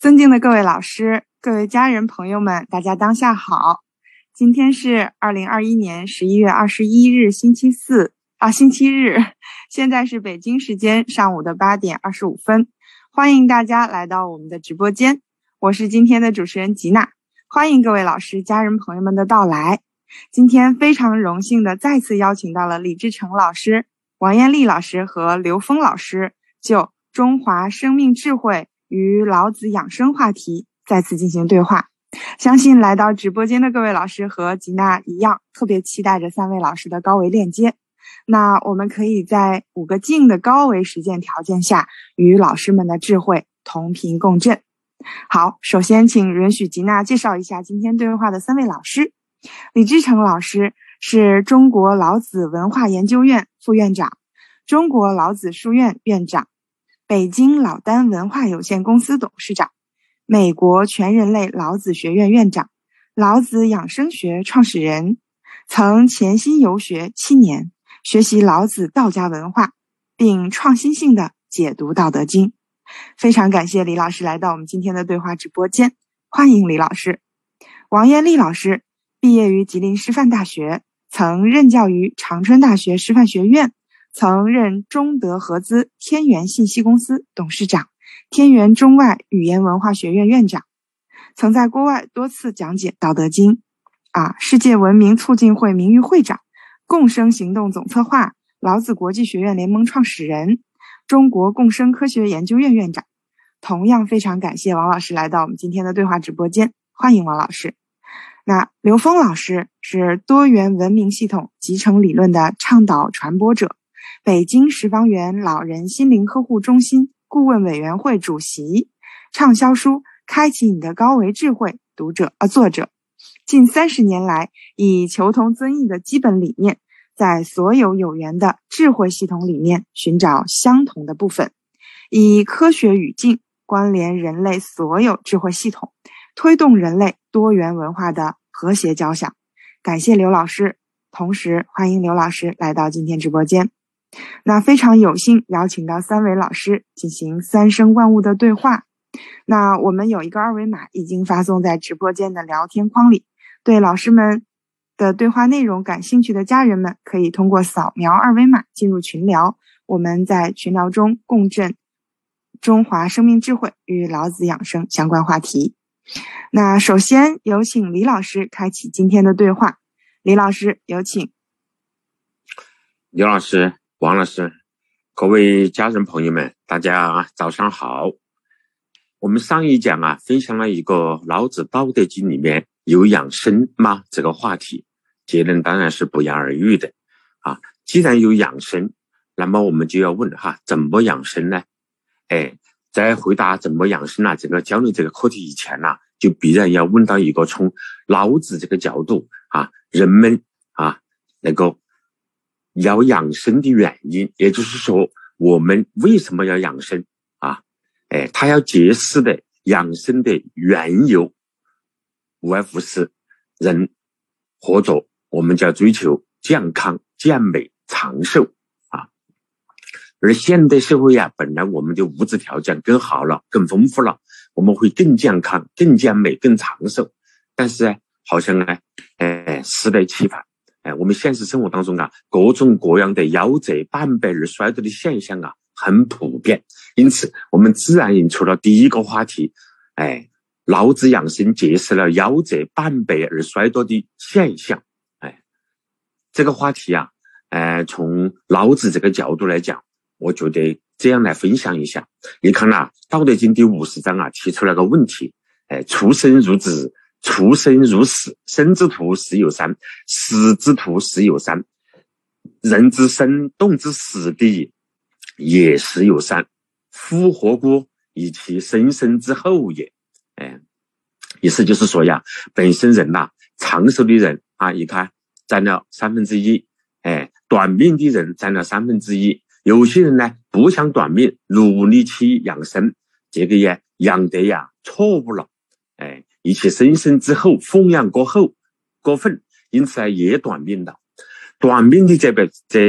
尊敬的各位老师、各位家人朋友们，大家当下好。今天是2021年11月21日星期日，现在是北京时间上午的8点25分。欢迎大家来到我们的直播间，我是今天的主持人吉娜，欢迎各位老师、家人朋友们的到来。今天非常荣幸的再次邀请到了李志成老师、王艳丽老师和刘峰老师，就中华生命智慧与老子养生话题再次进行对话。相信来到直播间的各位老师和吉娜一样，特别期待着3位老师的高维链接。那我们可以在5个静的高维实践条件下，与老师们的智慧同频共振。好，首先请允许吉娜介绍一下今天对话的3位老师。李志成老师是中国老子文化研究院副院长、中国老子书院院长、北京老丹文化有限公司董事长、美国全人类老子学院院长、老子养生学创始人，曾潜心游学7年，学习老子道家文化，并创新性的解读《道德经》。非常感谢李老师来到我们今天的对话直播间，欢迎李老师。王艳丽老师毕业于吉林师范大学，曾任教于长春大学师范学院，曾任中德合资天元信息公司董事长、天元中外语言文化学院院长，曾在国外多次讲解《道德经》，世界文明促进会名誉会长，共生行动总策划，老子国际学院联盟创始人，中国共生科学研究院院长。同样非常感谢王老师来到我们今天的对话直播间，欢迎王老师。那刘峰老师是多元文明系统集成理论的倡导传播者，北京十方园老人心灵呵护中心顾问委员会主席，畅销书《开启你的高维智慧》作者，近30年来以求同尊异的基本理念，在所有有缘的智慧系统里面寻找相同的部分，以科学语境关联人类所有智慧系统，推动人类多元文化的和谐交响。感谢刘老师，同时欢迎刘老师来到今天直播间。那非常有幸邀请到3位老师进行三生万物的对话。那我们有一个2维码已经发送在直播间的聊天框里，对老师们的对话内容感兴趣的家人们，可以通过扫描2维码进入群聊，我们在群聊中共振中华生命智慧与老子养生相关话题。那首先有请李老师开启今天的对话。李老师有请。 刘老师、王老师，各位家人朋友们，大家早上好。我们上一讲分享了一个老子道德经里面有养生吗这个话题，结论当然是不言而喻的既然有养生，那么我们就要问怎么养生呢？在回答怎么养生这个交流这个课题以前就必然要问到一个从老子这个角度人们那个要养生的原因，也就是说我们为什么要养生他要揭示的养生的缘由，无外乎是人或者我们叫追求健康、健美、长寿而现代社会本来我们的物质条件更好了、更丰富了，我们会更健康、更健美、更长寿。但是好像适得其反。我们现实生活当中各种各样的夭折、半百而衰退的现象很普遍。因此我们自然引出了第一个话题，老子养生揭示了夭折、半百而衰退的现象。这个话题从老子这个角度来讲，我觉得这样来分享一下。你看道德经第50章提出了个问题，出生入子，出生入死，生之徒十有三，死之徒十有三，人之生，动之死地也十有三，夫何故？以其生生之厚也。意思就是说本身人长寿的人你看占了1/3，短命的人占了1/3。有些人呢不想短命，努力去养生，这个养得错误了，以其生生之厚，奉养过分，因此也短命了。短命的这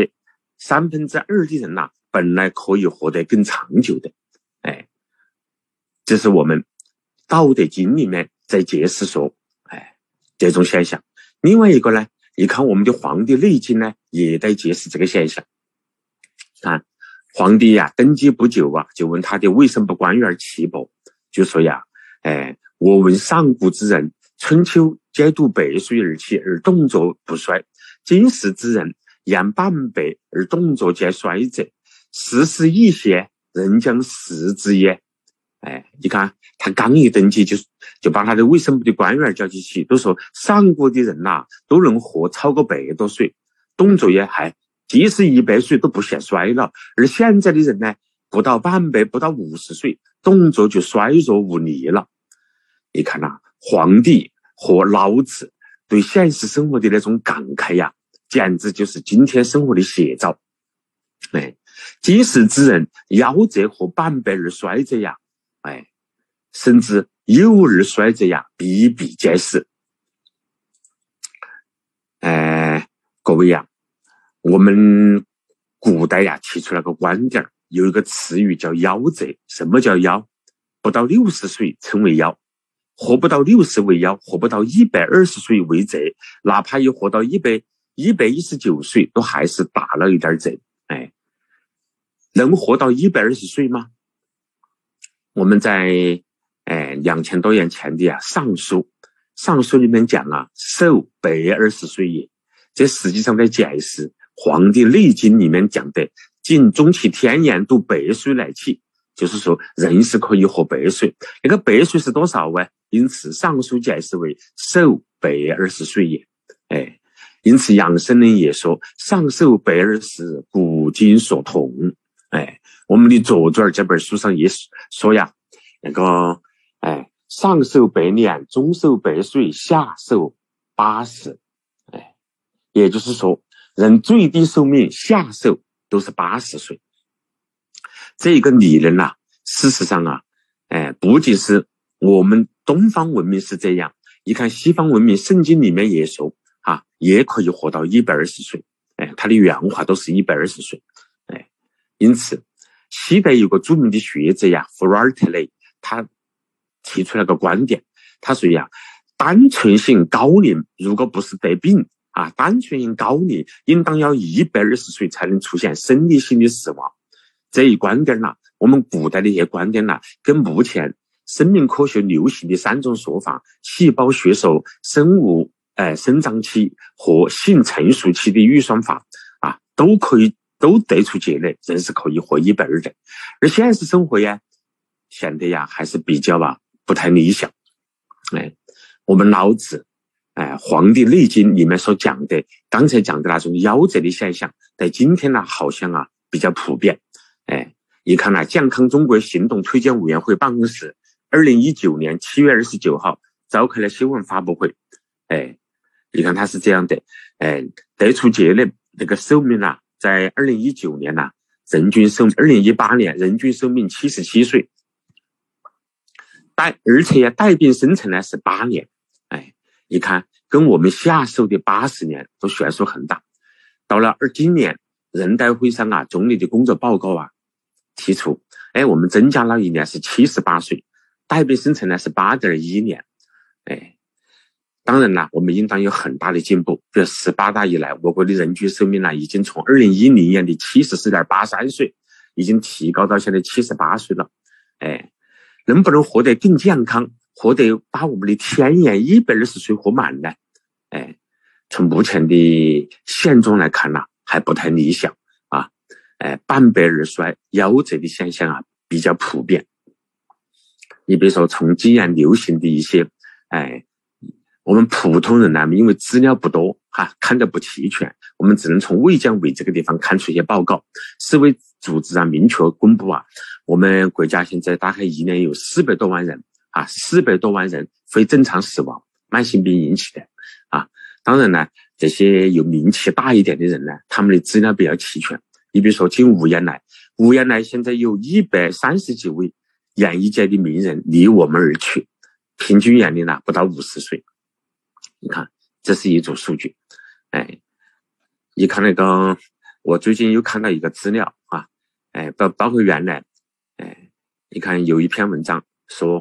2/3的人本来可以活得更长久的，这是我们道德经》里面在揭示说，这种现象。另外一个呢，你看我们的《黄帝内经》呢，也在揭示这个现象。皇帝登基不久就问他的卫生部官员岐伯，就说我闻上古之人，春秋皆度百岁而起，而动作不衰；今时之人，言半百而动作皆衰者，时势异邪，人将食之也。你看他刚一登基就把他的卫生部的官员叫起，都说上古的人都能活超过100多岁，动作也即使100岁都不嫌衰了，而现在的人呢，不到半百，不到50岁，动作就衰弱无力了。你看皇帝和老子对现实生活的那种感慨简直就是今天生活的写照。今时之人，夭折和半百而衰者甚至幼儿衰者比比皆是。各位我们古代提出了个观点，有一个词语叫夭折。什么叫夭？不到60岁称为夭，活不到60为夭，活不到120岁为折，哪怕有活到119岁，都还是打了一点折。能活到120岁吗？我们在2000多年前的尚书里面讲寿120岁也，这实际上在解释《黄帝内经》里面讲的尽终其天年度100岁来起，就是说人是可以活100岁。那个100岁是多少因此尚书解释为寿120岁也。因此养生人也说上寿120，古今所同。我们的左传这本书上也说那个上寿100年，中寿100岁，下寿80。也就是说人最低寿命下寿都是80岁。这个理论事实上不仅是我们东方文明是这样，你看西方文明圣经里面也说也可以活到120岁。他的原话都是120岁。因此西代有个著名的学者福尔特雷，他提出了个观点，他说单纯性高龄如果不是得病单纯性高龄应当要120岁才能出现生理性的死亡。这一观点我们古代的一些观点跟目前生命科学流行的3种说法，细胞学说、生物生长期和性成熟期的预算法都得出结论，人是可以活120的。而现实生活显得还是比较不太理想。我们老子《黄帝内经》里面所讲的，刚才讲的那种夭折的现象，在今天好像比较普遍。你看健康中国行动推荐委员会办公室2019年7月29号召开了新闻发布会。你看它是这样的，得出结论，那个寿命在2019年2018年人均寿命77岁，而且带病生存是8年。你看跟我们下寿的80年都悬殊很大。到了今年人代会上总理的工作报告提出，我们增加了1年是78岁，带病生存是8.1年。当然我们应当有很大的进步。比如18大以来，我国的人均寿命已经从2010年的74.83岁，已经提高到现在78岁了。能不能活得更健康，活得把我们的天年120岁活满呢？从目前的现状来看还不太理想半百而衰、夭折的现象比较普遍。你比如说从今年流行的一些我们普通人因为资料不多看得不齐全，我们只能从卫健委这个地方看出一些报告。世卫组织明确公布我们国家现在大概1年有400多万人400多万人非正常死亡，慢性病引起的当然这些有名气大一点的人他们的资料比较齐全。你比如说近5年来现在有130几位演艺界的名人离我们而去，平均年龄不到50岁。你看这是一组数据。你看那个我最近又看到一个资料包括原来你看有一篇文章说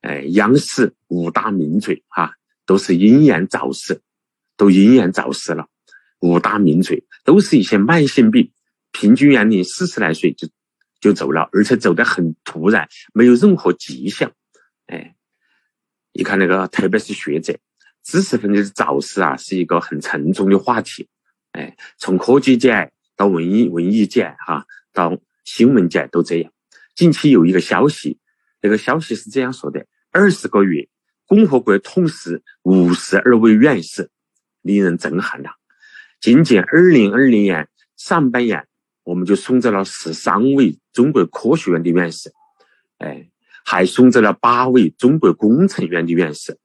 央视5大名嘴都是英年早逝，了。5大名嘴都是一些慢性病，平均年龄40来岁就走了，而且走得很突然，没有任何迹象。你看那个，特别是学者，知识分子的早逝是一个很沉重的话题。从科技界到文艺界到新闻界都这样。近期有一个消息，那个消息是这样说的：20个月，共和国通识52位院士，令人震撼了。仅仅2020年上半年，我们就送走了13位中国科学院的院士，还送走了8位中国工程院的院士。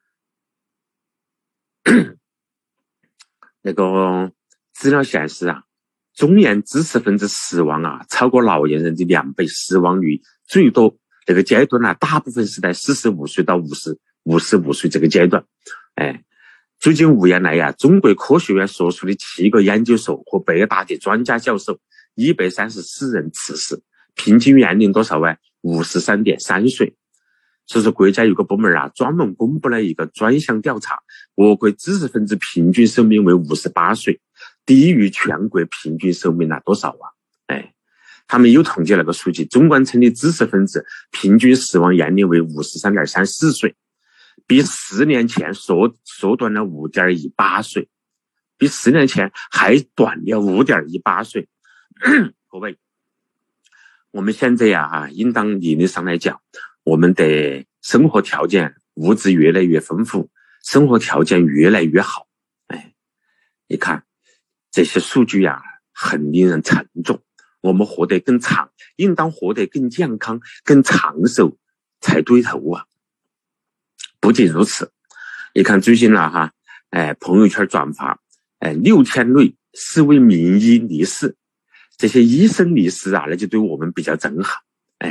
那个资料显示中年知识分子死亡超过老年人的2倍，死亡率最多那个阶段大部分是在45岁到55岁这个阶段。最近5年来中国科学院所属的7个研究所和北大的专家教授134人辞世，平均年龄多少53.3岁。所以说国家有个部门专门公布了一个专项调查，我国知识分子平均寿命为58岁，低于全国平均寿命多少他们又统计了个数据，中关村的知识分子平均死亡年龄为53.34岁，比10年前缩短了5.18岁，比10年前还短了5.18岁。各位，我们现在应当理论上来讲，我们的生活条件物质越来越丰富，生活条件越来越好。你看这些数据很令人沉重。我们活得更长，应当活得更健康、更长寿才对头不仅如此，你看最近朋友圈转发6天内4位名医离世，这些医生离世那就对我们比较震撼。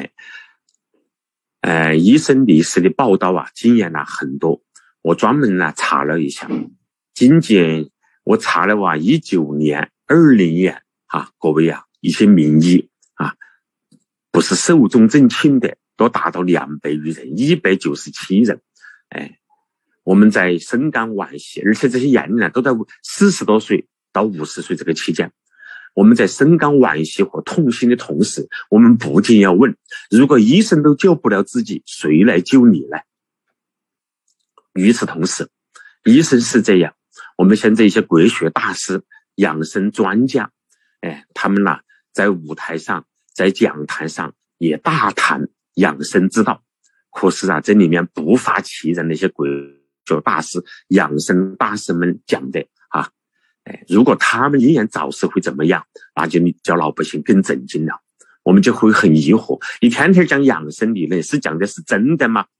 医生离世的报道经验很多，我专门查了一下，仅仅我查了19年、20年各位一些名医不是寿终正寝的都达到200余人，197人。我们在深感惋惜，而且这些年龄都在40多岁到50岁这个期间。我们在深感惋惜和痛心的同时，我们不禁要问，如果医生都救不了自己，谁来救你呢？与此同时，医生是这样，我们现在一些国学大师、养生专家他们在舞台上在讲坛上也大谈养生之道，可是这里面不乏其人，那些国学大师、养生大师们讲的如果他们英年早逝会怎么样，那就叫老百姓更震惊了。我们就会很疑惑，你天天讲养生理论是讲的是真的吗？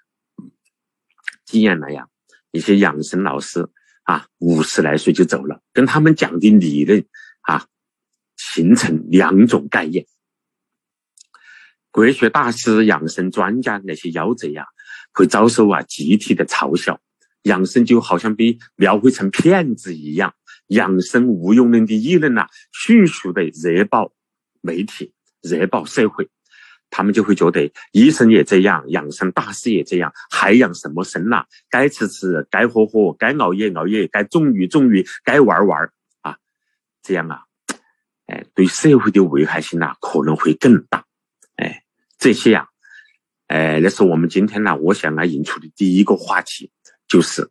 几年来一些养生老师50来岁就走了，跟他们讲的理论形成2种概念。国学大师、养生专家那些妖贼会遭受集体的嘲笑，养生就好像被描绘成骗子一样，养生无用论的议论迅速的热爆媒体、热爆社会。他们就会觉得医生也这样，养生大师也这样，还养什么生该吃吃，该喝喝，该熬夜熬夜，该纵欲纵欲，该玩玩这样对社会的危害性可能会更大。这些那是我们今天我想引出的第一个话题，就是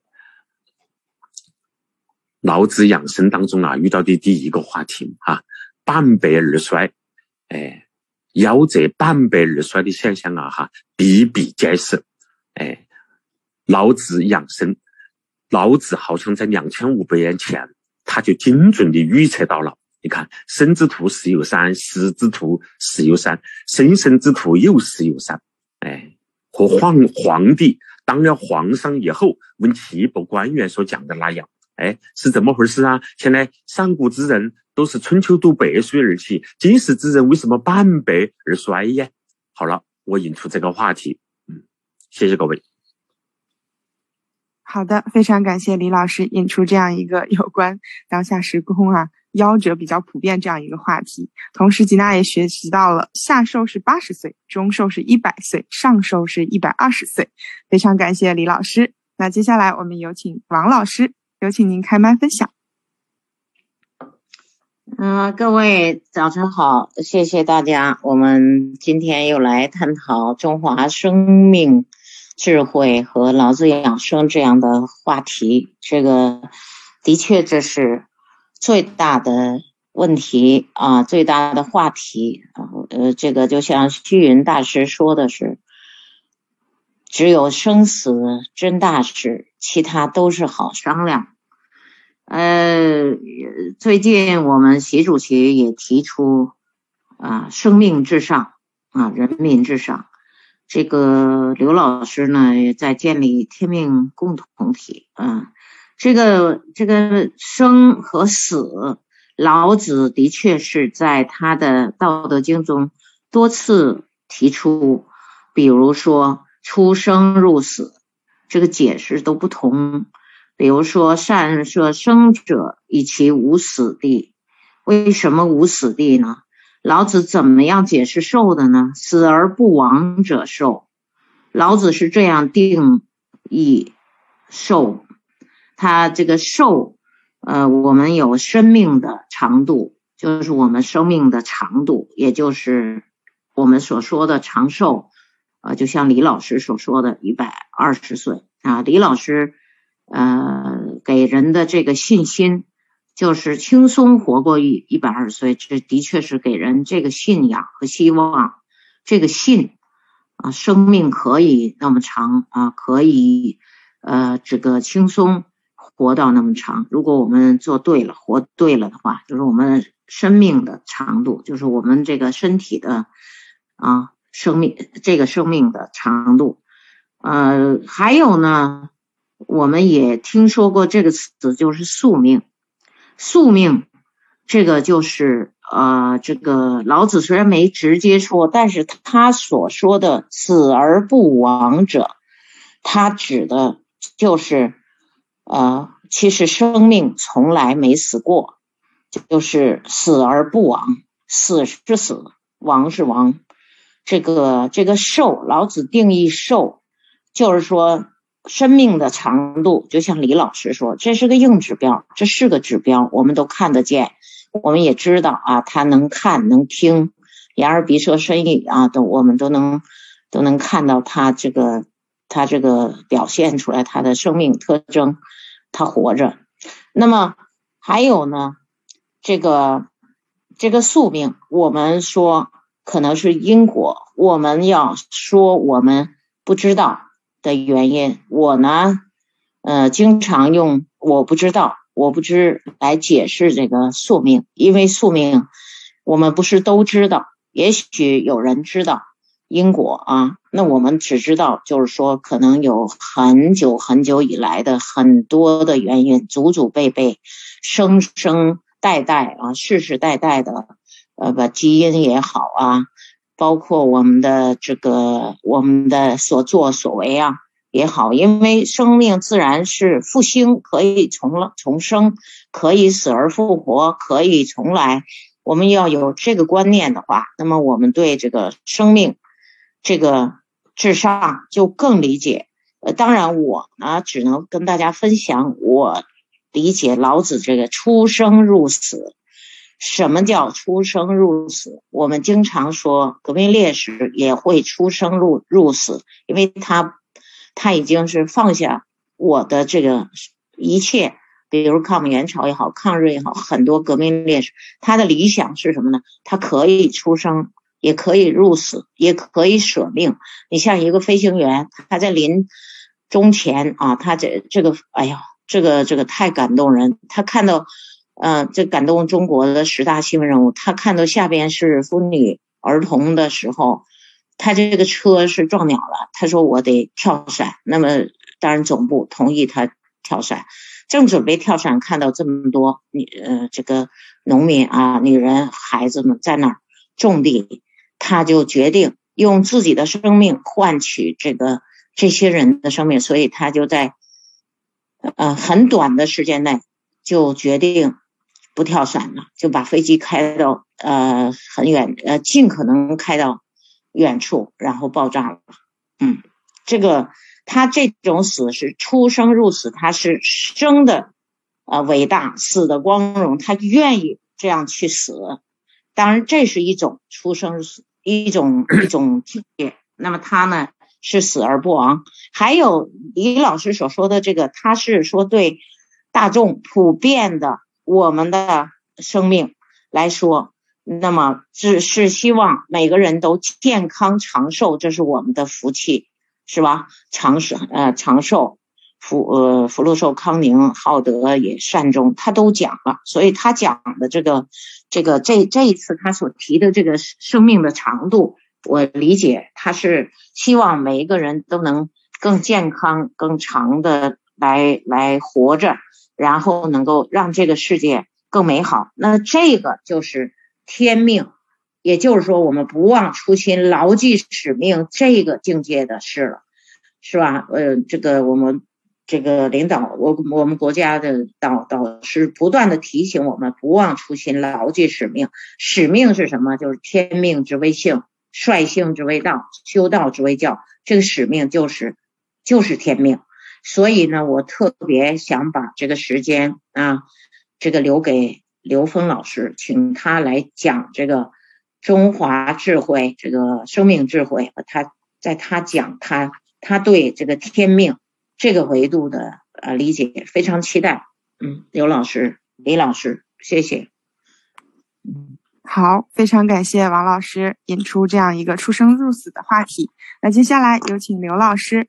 老子养生当中遇到的第一个话题半百而衰。夭折半百而衰的现象比比皆是。老子养生，老子好像在2500年前他就精准地预测到了，你看生之徒死有三，死之徒死有三，生生之徒又死有三。和皇帝当了皇上以后问齐国官员所讲的那样，是怎么回事现在上古之人都是春秋都100岁而起，今时之人为什么半百而衰呀？好了，我引出这个话题。谢谢各位。 好的，非常感谢李老师引出这样一个有关当下时空夭折比较普遍这样一个话题。同时吉娜也学习到了下寿是80岁，中寿是100岁，上寿是120岁。非常感谢李老师。那接下来我们有请王老师，有请您开麦分享。 各位早上好，谢谢大家。我们今天又来探讨中华生命智慧和老子养生这样的话题，这个的确这是最大的问题啊，最大的话题这个就像虚云大师说的是，只有生死真大事，其他都是好商量。最近我们习主席也提出生命至上人民至上。这个刘老师呢也在建立天命共同体这个生和死，老子的确是在他的道德经中多次提出，比如说出生入死，这个解释都不同。比如说善摄生者以其无死地，为什么无死地呢？老子怎么样解释寿的呢？死而不亡者寿，老子是这样定义寿。他这个寿我们有生命的长度，就是我们生命的长度，也就是我们所说的长寿就像李老师所说的120岁李老师给人的这个信心就是轻松活过120岁，这的确是给人这个信仰和希望，这个信生命可以那么长可以这个轻松活到那么长。如果我们做对了，活对了的话，就是我们生命的长度，就是我们这个身体的生命，这个生命的长度。还有呢，我们也听说过这个词，就是宿命。宿命这个就是这个老子虽然没直接说，但是他所说的死而不亡者，他指的就是其实生命从来没死过，就是死而不亡，死是死，亡是亡。这个寿，老子定义寿就是说生命的长度，就像李老师说，这是个硬指标，这是个指标，我们都看得见，我们也知道他能看能听，眼耳鼻舌身意我们都能看到他这个表现出来他的生命特征，他活着。那么还有呢，这个宿命，我们说可能是因果，我们要说我们不知道的原因，我呢经常用我不知道我不知来解释这个宿命，因为宿命我们不是都知道，也许有人知道因果那我们只知道就是说可能有很久很久以来的很多的原因，祖祖辈辈生生代代世世代代的基因也好包括我们的所作所为也好，因为生命自然是复兴，可以重生，可以死而复活，可以重来。我们要有这个观念的话，那么我们对这个生命这个至上就更理解。当然我呢只能跟大家分享我理解老子这个出生入死。什么叫出生入死？我们经常说革命烈士也会出生入死，因为他已经是放下我的这个一切，比如抗美援朝也好，抗日也好，很多革命烈士他的理想是什么呢？他可以出生，也可以入死，也可以舍命。你像一个飞行员，他在临终前他这个哎呀，这个太感动人。他看到这感动中国的10大新闻人物，他看到下边是妇女儿童的时候，他这个车是撞鸟了，他说我得跳伞。那么当然总部同意他跳伞，正准备跳伞，看到这么多这个农民女人孩子们在那儿种地，他就决定用自己的生命换取这些人的生命，所以他就在很短的时间内就决定不跳伞了，就把飞机开到很远，尽可能开到远处，然后爆炸了。他这种死是出生入死，他是生的伟大，死的光荣，他愿意这样去死。当然这是一种出生入死，一种境界。那么他呢是死而不亡。还有李老师所说的这个，他是说对大众普遍的我们的生命来说，那么是希望每个人都健康长寿，这是我们的福气，是吧？长寿，福禄寿康宁浩德也善终，他都讲了。所以他讲的这一次他所提的这个生命的长度，我理解他是希望每一个人都能更健康更长的来活着，然后能够让这个世界更美好。那这个就是天命，也就是说我们不忘初心，牢记使命，这个境界的事了，是吧？这个我们这个领导，我们国家的导师不断的提醒我们不忘初心，牢记使命。使命是什么？就是天命之谓性，率性之谓道，修道之谓教。这个使命就是天命。所以呢，我特别想把这个时间这个留给刘峰老师，请他来讲这个中华智慧，这个生命智慧，他讲他对这个天命这个维度的理解，非常期待。刘老师、李老师，谢谢。 好，非常感谢王老师引出这样一个出生入死的话题。那接下来有请刘老师。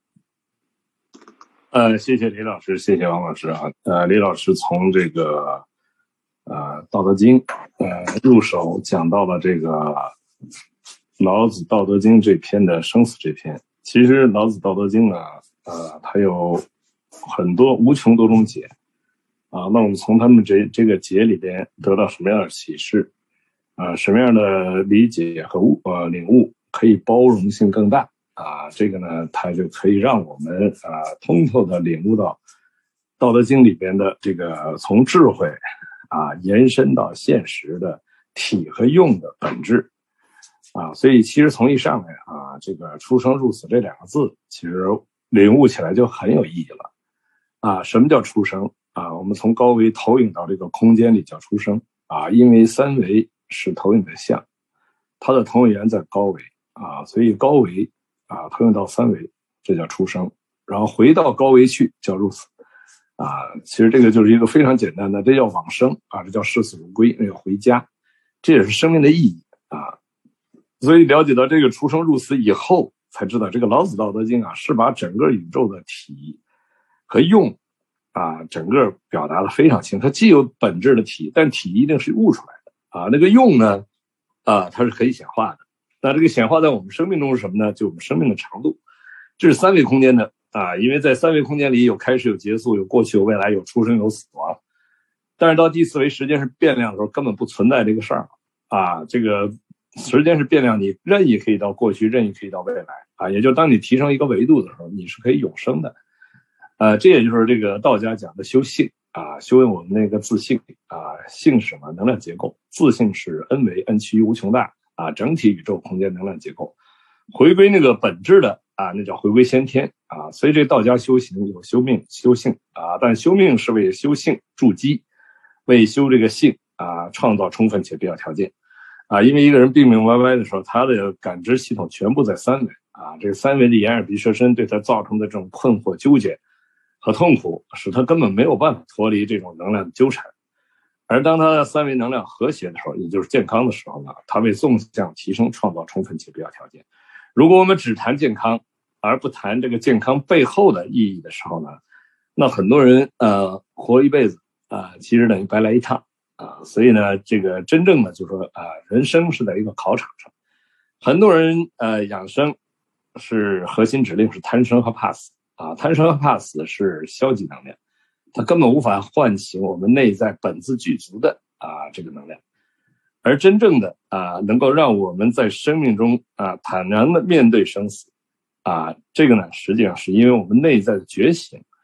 谢谢李老师，谢谢王老师啊。李老师从这个道德经入手，讲到了这个老子道德经这篇的生死这篇。其实老子道德经呢它有很多无穷多种解那我们从他们这个解里边得到什么样的启示什么样的理解和领悟可以包容性更大这个呢它就可以让我们通透的领悟到道德经里边的这个从智慧延伸到现实的体和用的本质所以其实从一上来这个出生入死这两个字其实领悟起来就很有意义了什么叫出生我们从高维投影到这个空间里叫出生因为三维是投影的像，它的投影源在高维所以高维投影到三维，这叫出生，然后回到高维去叫入死其实这个就是一个非常简单的，这叫往生这叫视死如归，那叫回家，这也是生命的意义所以了解到这个出生入死以后，才知道这个老子道德经是把整个宇宙的体和用整个表达的非常清楚。它既有本质的体，但体一定是悟出来的那个用呢它是可以显化的。那这个显化在我们生命中是什么呢？就我们生命的长度，这是三维空间的因为在三维空间里有开始有结束，有过去有未来，有出生有死亡。但是到第四维时间是变量的时候，根本不存在这个事儿这个时间是变量，你任意可以到过去，任意可以到未来也就当你提升一个维度的时候，你是可以永生的这也就是这个道家讲的修性修我们那个自性性是什么？能量结构。自性是 n 维 n 趋于无穷大整体宇宙空间能量结构。回归那个本质的那叫回归先天所以这道家修行有修命修性但修命是为修性筑基，为修这个性创造充分且必要条件因为一个人病病歪歪的时候，他的感知系统全部在三维这个三维的眼耳鼻舌身对他造成的这种困惑纠结和痛苦，使他根本没有办法脱离这种能量的纠缠。而当他的三维能量和谐的时候，也就是健康的时候呢，他为纵向提升创造充分且必要条件。如果我们只谈健康而不谈这个健康背后的意义的时候呢，那很多人活一辈子其实等于白来一趟所以呢这个真正的就是说人生是在一个考场上。很多人养生是核心指令是贪生和怕死贪生和怕死是消极能量，它根本无法唤醒我们内在本自具足的这个能量。而真正的能够让我们在生命中坦然的面对生死这个呢实际上是因为我们内在的觉醒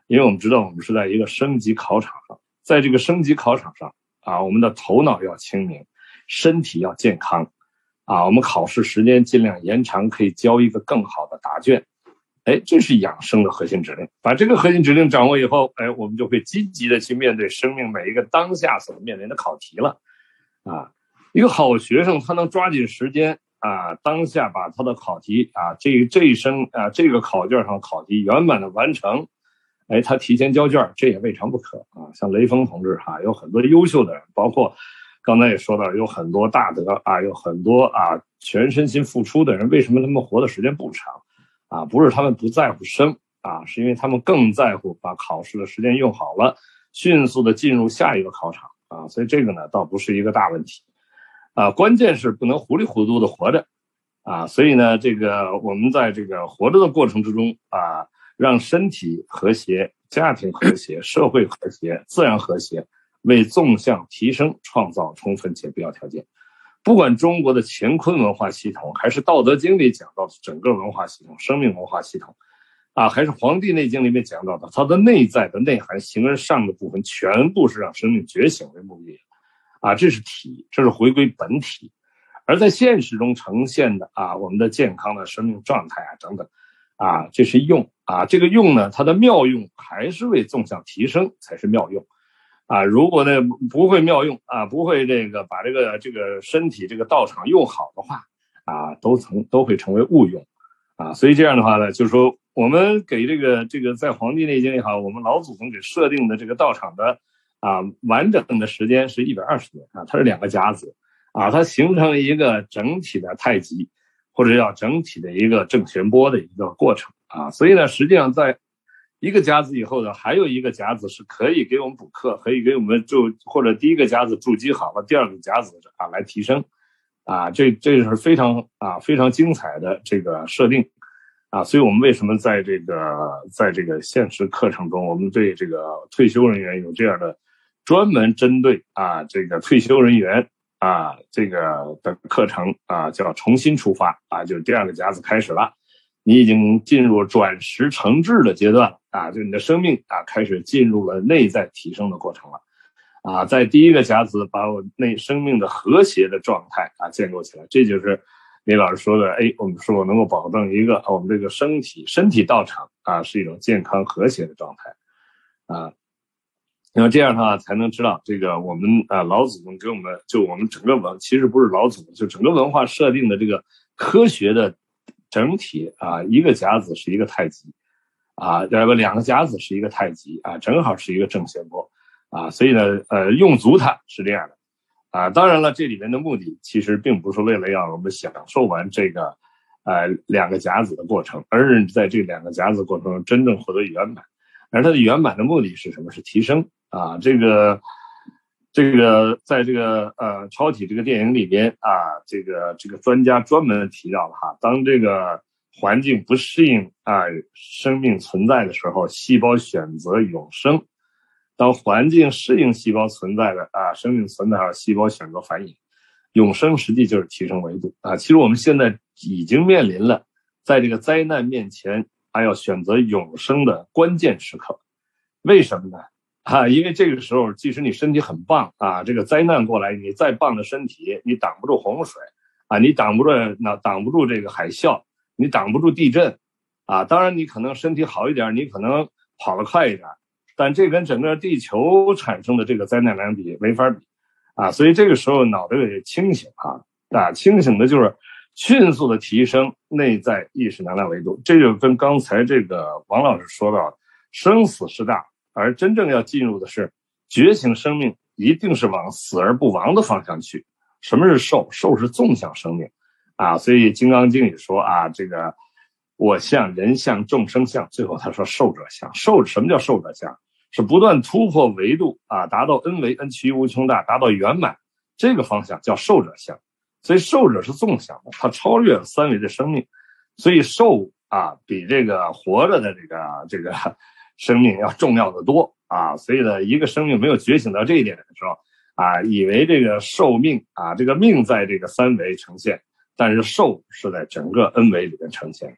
因为我们知道我们是在一个升级考场上，在这个升级考场上啊，我们的头脑要清明，身体要健康啊，我们考试时间尽量延长，可以交一个更好的答卷。这是养生的核心指令。把这个核心指令掌握以后，我们就会积极的去面对生命每一个当下所面临的考题了。啊，一个好学生他能抓紧时间啊，当下把他的考题啊，这一生啊，这个考卷上的考题圆满的完成，他提前交卷，这也未尝不可啊。像雷锋同志哈，有很多优秀的人，包括刚才也说到，有很多大德啊，有很多啊全身心付出的人，为什么他们活的时间不长？啊，不是他们不在乎生啊，是因为他们更在乎把考试的时间用好了，迅速的进入下一个考场啊，所以这个呢倒不是一个大问题啊，关键是不能糊里糊涂的活着啊，所以呢，这个我们在这个活着的过程之中啊，让身体和谐、家庭和谐、社会和谐、自然和谐，为纵向提升创造充分且必要条件。不管中国的乾坤文化系统，还是《道德经》里讲到的整个文化系统、生命文化系统，啊，还是《黄帝内经》里面讲到的，它的内在的内涵、形而上的部分，全部是让生命觉醒为目的的，啊，这是体，这是回归本体。而在现实中呈现的啊，我们的健康的生命状态啊等等，啊，这是用啊，这个用呢，它的妙用还是为纵向提升才是妙用。啊，如果呢不会妙用啊，不会这个把这个身体这个道场用好的话啊，都会成为误用啊。所以这样的话呢，就是说我们给这个在《黄帝内经》也好，我们老祖宗给设定的这个道场的啊完整的时间是120年啊，它是2个甲子啊，它形成一个整体的太极，或者叫整体的一个正弦波的一个过程啊。所以呢，实际上在一个甲子以后呢，还有一个甲子是可以给我们补课，可以给我们或者第一个甲子筑基好了，第二个甲子啊来提升，啊，这是非常精彩的这个设定，啊，所以我们为什么在这个现实课程中，我们对这个退休人员有这样的专门针对啊这个退休人员啊这个的课程啊，叫重新出发啊，就是第二个甲子开始了。你已经进入转识成智的阶段啊，就你的生命啊开始进入了内在提升的过程了啊，在第一个甲子把我生命的和谐的状态啊建构起来，这就是李老师说的，我们说能够保证一个我们这个身体道场啊是一种健康和谐的状态啊，那么这样的话才能知道这个我们老祖宗给我们就我们整个其实不是老祖宗，就整个文化设定的这个科学的整体啊，一个甲子是一个太极啊，2个甲子是一个太极啊，正好是一个正弦波啊，所以呢用足它是这样的啊。当然了，这里面的目的其实并不是为了让我们享受完这个2个甲子的过程，而是在这2个甲子过程中真正获得圆满。而它的圆满的目的是什么？是提升啊，这个在这个超体这个电影里边啊，这个专家专门提到了哈，当这个环境不适应啊生命存在的时候，细胞选择永生；当环境适应细胞存在的啊生命存在的细胞选择繁衍。永生实际就是提升维度啊。其实我们现在已经面临了在这个灾难面前还要选择永生的关键时刻。为什么呢？因为这个时候即使你身体很棒啊，这个灾难过来，你再棒的身体你挡不住洪水啊，你挡不住这个海啸，你挡不住地震啊。当然你可能身体好一点，你可能跑得快一点，但这跟整个地球产生的这个灾难量比没法比啊。所以这个时候脑袋得清醒啊，清醒的就是迅速的提升内在意识能量维度。这就跟刚才这个王老师说到，生死是大，而真正要进入的是觉醒生命，一定是往死而不亡的方向去。什么是寿？寿是纵向生命啊。所以《金刚经》里说啊，这个我相、人相、众生相，最后他说寿者相。什么叫寿者相？是不断突破维度啊，达到 n 为 n 趋无穷大，达到圆满，这个方向叫寿者相。所以寿者是纵向的，它超越了3维的生命，所以寿啊比这个活着的这个生命要重要的多啊。所以呢，一个生命没有觉醒到这一点的时候啊，以为这个寿命啊，这个命在这个3维呈现，但是寿是在整个 n 维里面呈现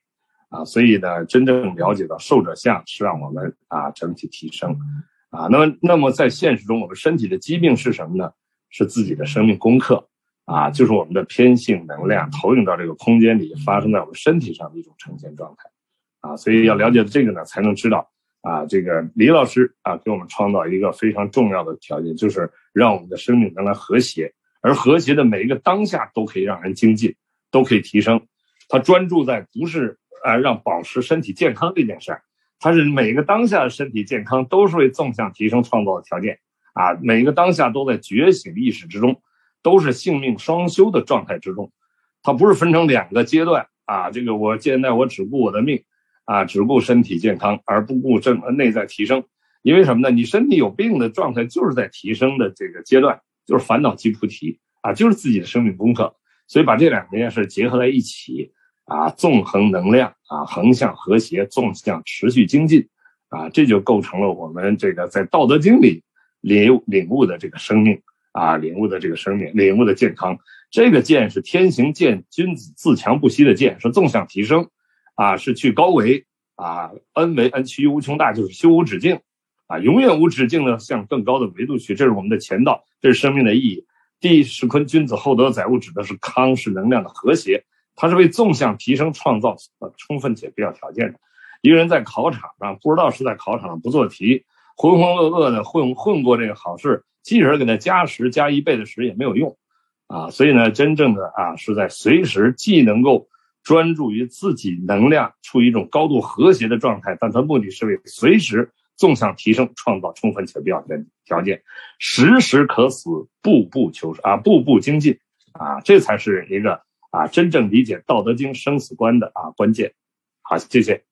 所以呢，真正了解到寿者相是让我们整体提升那么在现实中，我们身体的疾病是什么呢？是自己的生命功课就是我们的偏性能量投影到这个空间里，发生在我们身体上的一种呈现状态所以要了解这个呢，才能知道这个李老师给我们创造一个非常重要的条件，就是让我们的生命能量和谐，而和谐的每一个当下都可以让人精进，都可以提升。他专注在不是让保持身体健康这件事儿，他是每个当下的身体健康都是为纵向提升创造的条件每个当下都在觉醒意识之中，都是性命双修的状态之中。它不是分成2个阶段这个我现在我只顾我的命只顾身体健康，而不顾内在提升。因为什么呢？你身体有病的状态就是在提升的这个阶段，就是烦恼即菩提就是自己的生命功课。所以把这2件事结合在一起纵横能量横向和谐，纵向持续精进这就构成了我们这个在道德经里领悟的这个生命领悟的这个生命，领悟的健康。这个健是天行健，君子自强不息的健，是纵向提升是去高维恩为恩，去无穷大，就是修无止境永远无止境的向更高的维度去。这是我们的前道，这是生命的意义。第十坤君子厚德载物，指的是康，是能量的和谐，它是为纵向提升创造充分且必要条件的。一个人在考场上不知道是在考场上不做题，浑浑噩噩的混过这个考试，即使给他加10加1倍的10也没有用所以呢，真正的是在随时既能够专注于自己能量处于一种高度和谐的状态，但它目的是为随时纵向提升创造充分且必要的条件，时时可死，步步求步步精进这才是一个真正理解《道德经》生死观的关键。好，谢谢。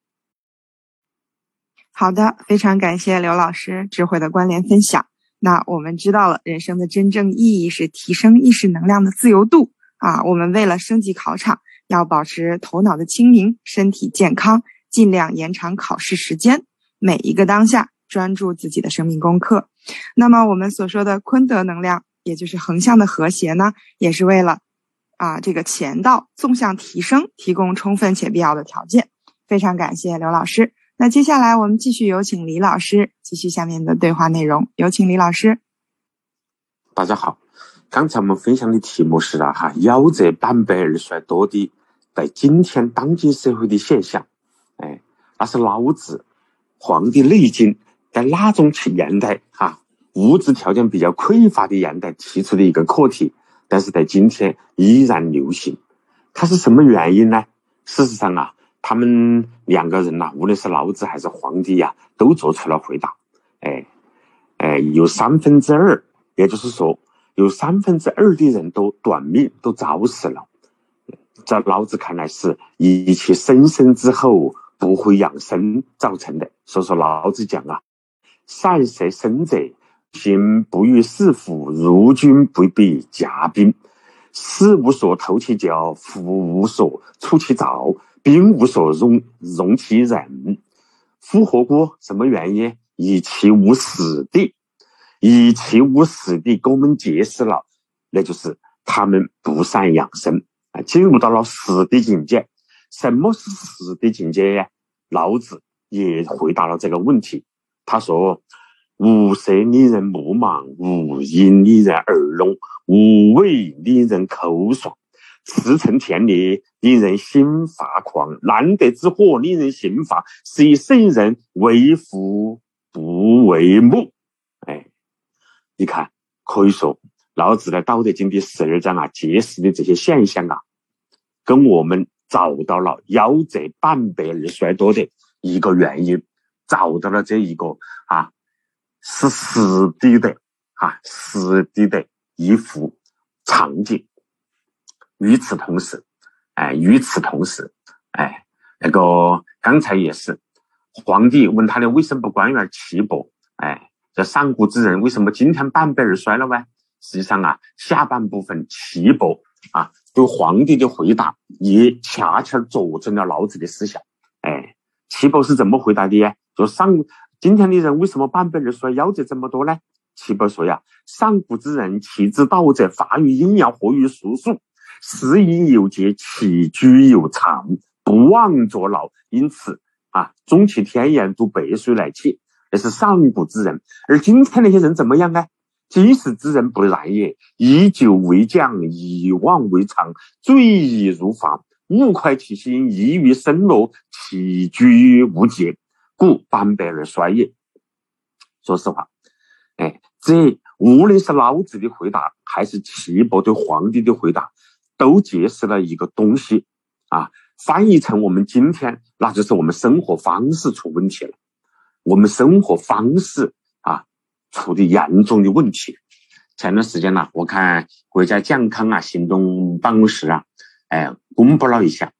好的，非常感谢刘老师智慧的关联分享。那我们知道了，人生的真正意义是提升意识能量的自由度我们为了升级考场，要保持头脑的清明，身体健康，尽量延长考试时间，每一个当下专注自己的生命功课。那么我们所说的坤德能量，也就是横向的和谐呢，也是为了这个前道纵向提升提供充分且必要的条件。非常感谢刘老师。那接下来我们继续有请李老师继续下面的对话内容，有请李老师。 大家好，刚才我们分享的题目是夭折半辈而衰多的在今天当今社会的现象。那是老子、黄帝内经在那种年代物质条件比较匮乏的年代提出的一个课题，但是在今天依然流行。它是什么原因呢？事实上他们2个人无论是老子还是黄帝都做出了回答。有2/3，也就是说有2/3的人都短命，都早死了。在老子看来是一切生生之后不会养生造成的。所以说老子讲善食生者，行不与士夫，如君不比甲兵。士无所投其脚，夫无所出其爪，兵无所容其人。夫何故？什么原因？以其无死地。以其无死地给我们解释了，那就是他们不善养生进入到了死的境界。什么是死的境界呀？老子也回答了这个问题。他说：无色令人目盲，无音令人耳聋，无味令人口爽，驰骋田猎令人心发狂，难得之货令人心烦，是以圣人为夫不为目。你看，可以说老子在《道德经》第12章揭示的这些现象跟我们找到了夭折半辈而衰多的一个原因，找到了这一个是死地的一幅场景。与此同时那个刚才也是皇帝问他的为什么不官员岐伯，这上古之人为什么今天半辈而衰了呢？实际上下半部分岐伯对皇帝的回答也恰恰佐证了老子的思想。岐伯是怎么回答的呀？就今天的人为什么半辈而衰，夭折这么多呢？岐伯说上古之人其之道者，发于阴阳，活于术数，食饮有节，起居有常， 不枉作劳，因此终其天言，读背水来起，那是上古之人。而今天那些人怎么样呢？几时之人不然也，以酒为酱，以妄为常，醉意如房，物快其心，易于生罗，起居无节，故反败而衰也。说实话，这无论是老子的回答，还是岐伯对皇帝的回答，都揭示了一个东西翻译成我们今天，那就是我们生活方式出问题了。我们生活方式出的严重的问题。前段时间我看国家健康行动办公室公布了一下，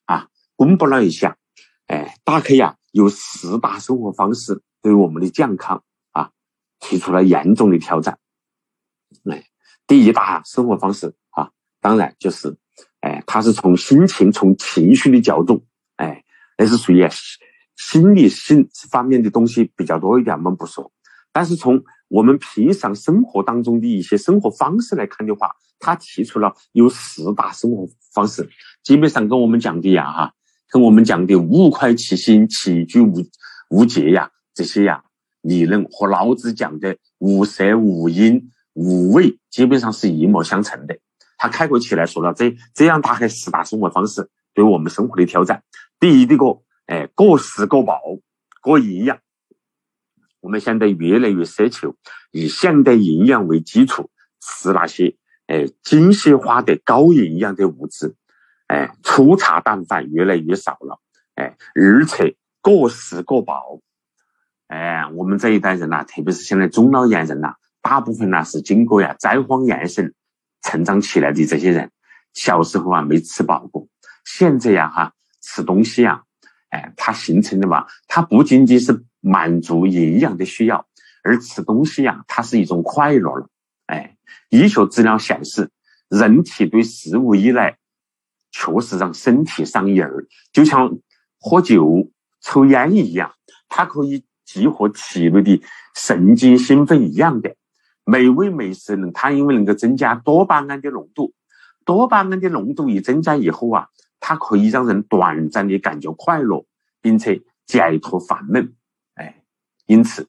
大概有10大生活方式对我们的健康提出了严重的挑战。第一大生活方式当然就是它是从心情、从情绪的角度，那是属于心理性方面的东西比较多一点，我们不说。但是从我们平常生活当中的一些生活方式来看的话，他提出了有10大生活方式，基本上跟我们讲的物快其心，起居无节这些理论和老子讲的无色无音无味基本上是一模相承的。他概括起来说了这样大概10大生活方式对我们生活的挑战。第一个过食过饱过营养。我们现在越来越奢求以现代营养为基础，吃那些精细化的高营养的物质，粗茶淡饭越来越少了，而且过食过饱。我们这一代人特别是现在中老年人大部分是经过灾荒延伸成长起来的这些人，小时候没吃饱过，现在吃东西它形成的它不仅仅是满足营养的需要，而吃东西它是一种快乐了。医学资料显示，人体对食物依赖确实让身体上瘾，就像喝酒抽烟一样，它可以激活体内的神经兴奋一样的。美味美食它因为能够增加多巴胺的浓度，多巴胺的浓度一增加以后它可以让人短暂的感觉快乐，并且解脱烦闷。因此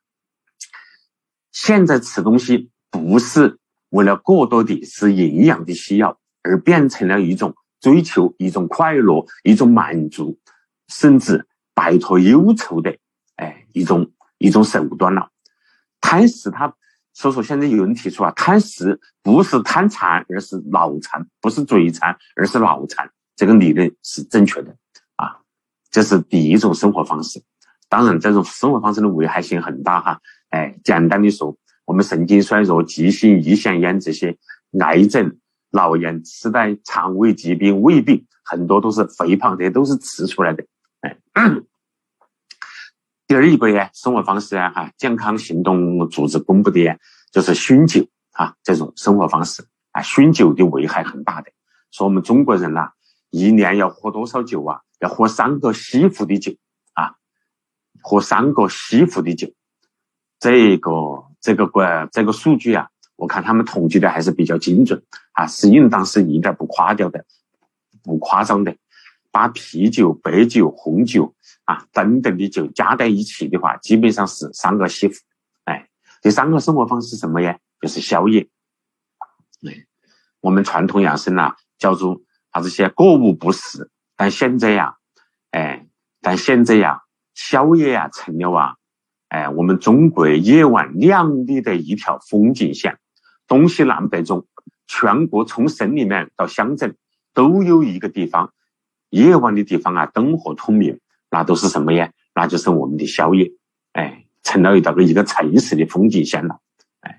现在吃东西不是为了过多的是营养的需要，而变成了一种追求，一种快乐，一种满足，甚至摆脱忧愁的一种手段了。贪食所以说现在有人提出贪食不是贪馋，而是脑残，不是嘴馋，而是脑残，这个理论是正确的这是第一种生活方式。当然这种生活方式的危害性很大简单的说，我们神经衰弱、急性胰腺炎这些癌症、脑炎、痴呆、肠胃疾病、胃病，很多都是肥胖，这些都是吃出来的。第二一个生活方式健康行动组织公布的就是酗酒这种生活方式酗酒的危害很大的。说我们中国人一年要喝多少酒要喝3个西湖的酒喝3个西湖的酒。这个数据我看他们统计的还是比较精准是应当是一点不夸张的。把啤酒、白酒、红酒等等的酒加在一起的话，基本上是3个西湖。第3个生活方式是什么呀？就是宵夜。我们传统养生叫做这些过午不食，但现在宵夜成了我们中国夜晚亮丽的一条风景线。东西南北中，全国从省里面到乡镇都有一个地方，夜晚的地方灯火通明，那都是什么呀？那就是我们的宵夜，成了一个城市的风景线了。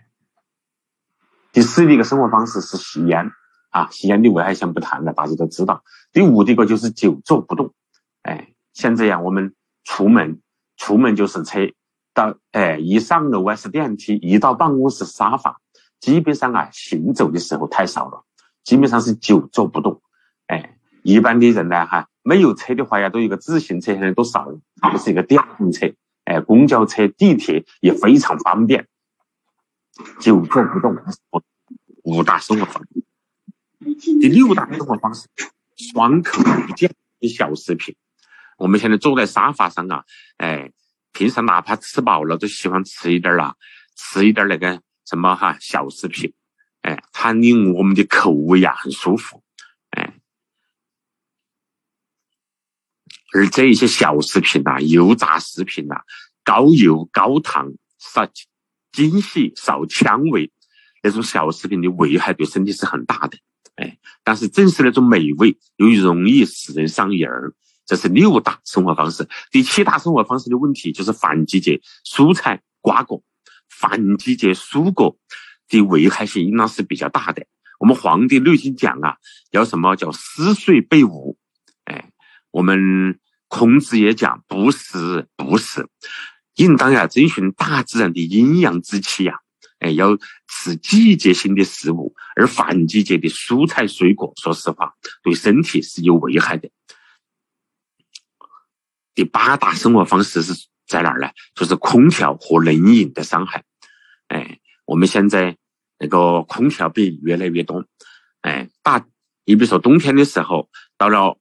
第4的一个生活方式是吸烟吸烟的危害先不谈了，大家都知道。第5的一个就是久坐不动。现在我们出门就是车到一上楼是电梯，一到办公室沙发，基本上行走的时候太少了，基本上是久坐不动。一般的人没有车的话都有个自行车，现在都少了，不是一个电动车，公交车、地铁也非常方便。久坐不动，5大生活方式。第6大生活方式，双口一键。 小食品。我们现在坐在沙发上啊，平常哪怕吃饱了都喜欢吃一点那个什么小食品，它令我们的口味啊很舒服，而这一些小食品啊、油炸食品啊、高油高糖、少精细少纤维那种小食品的危害对身体是很大的，但是正是那种美味又容易使人上瘾儿。这是6大生活方式。第7大生活方式的问题就是反季节蔬菜瓜果。反季节蔬果的危害性应当是比较大的。我们《黄帝内经》讲啊，要什么叫思岁备无，我们孔子也讲不食，应当要遵循大自然的阴阳之气啊，要吃季节性的食物，而反季节的蔬菜水果，说实话对身体是有危害的。第8大生活方式是在哪儿呢？就是空调和冷饮的伤害。我们现在那个空调病越来越多，你比如说冬天的时候，到了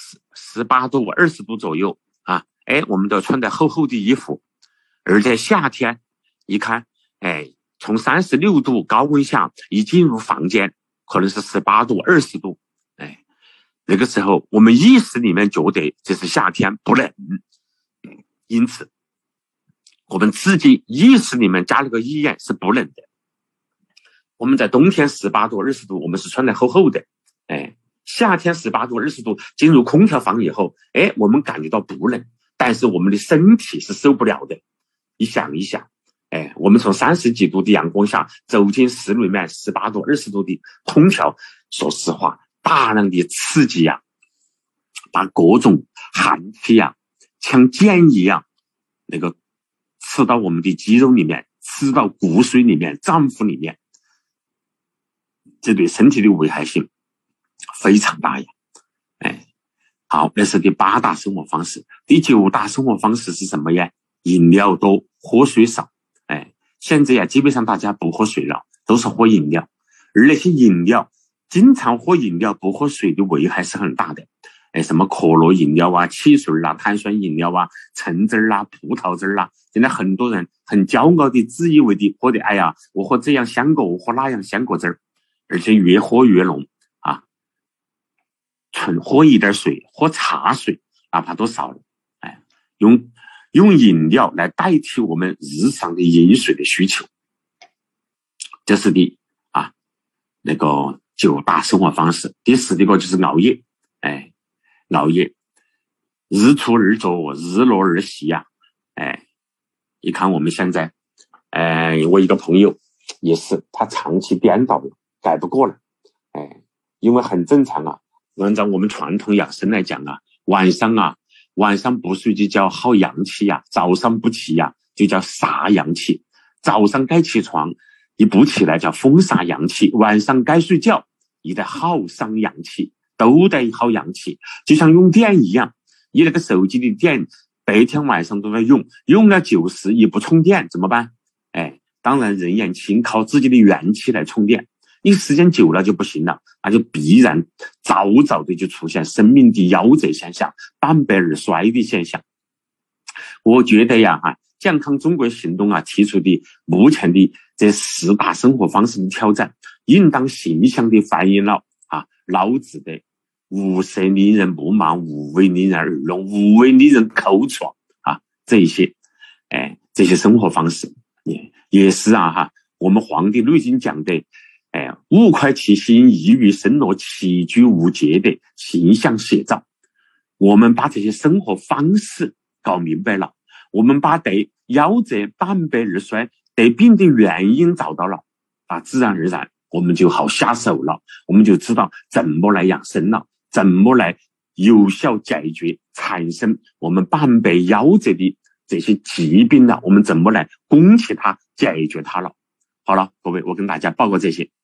18度、20度左右啊，我们都穿得厚厚的衣服。而在夏天，一看，从36度高温下一进入房间，可能是18度、20度，那个时候我们意识里面觉得这是夏天不冷，因此我们自己意识里面加了个意愿是不冷的。我们在冬天18度、20度我们是穿得厚厚的，夏天18度、20度进入空调房以后，我们感觉到不冷，但是我们的身体是受不了的。你想一想，我们从30几度的阳光下走进室里面18度、20度的空调，说实话大量的刺激啊，把各种寒气啊像箭一样那个刺到我们的肌肉里面，刺到骨髓里面、脏腑里面，这对身体的危害性非常大呀。好，那是第8大生活方式。第9大生活方式是什么呀？饮料多，喝水少。现在基本上大家不喝水了，都是喝饮料，而那些饮料经常喝饮料不喝水的危害是很大的。什么可乐饮料啊、汽水啊、碳酸饮料啊、橙汁啊、葡萄汁啊，现在很多人很骄傲的自以为的喝的，我喝这样香果，我喝那样香果汁，而且越喝越浓啊。纯喝一点水，喝茶水哪怕多少了，用饮料来代替我们日常的饮水的需求，这是那个9大生活方式。第10个就是熬夜，熬夜，日出而作，日落而息呀，你看我们现在，我一个朋友也是，他长期颠倒了，改不过来，因为很正常啊，按照我们传统养生来讲啊，晚上不睡就叫耗阳气呀，早上不起呀就叫杀阳气。早上该起床，你不起来叫风杀阳气；晚上该睡觉，你得耗伤阳气，都得耗阳气。就像用电一样，你那个手机的电白天晚上都在用了90也不充电怎么办？当然人眼睛靠自己的元气来充电。你时间久了就不行了，那就必然早的就出现生命的夭折现象、半百而衰的现象。我觉得健康中国行动提出的目前的这10大生活方式的挑战，应当形象地反映了老子的无色令人目盲，无味令人耳聋，无味令人口爽这些生活方式也是我们《黄帝内经》讲的物快其心，易于生活，起居无节的形象写照。我们把这些生活方式搞明白了，我们把得夭折、半百而衰得病的原因找到了，自然而然我们就好下手了，我们就知道怎么来养生了，怎么来有效解决产生我们半百夭折的这些疾病了，我们怎么来攻击它、解决它了。好了，各位，我跟大家报告这些。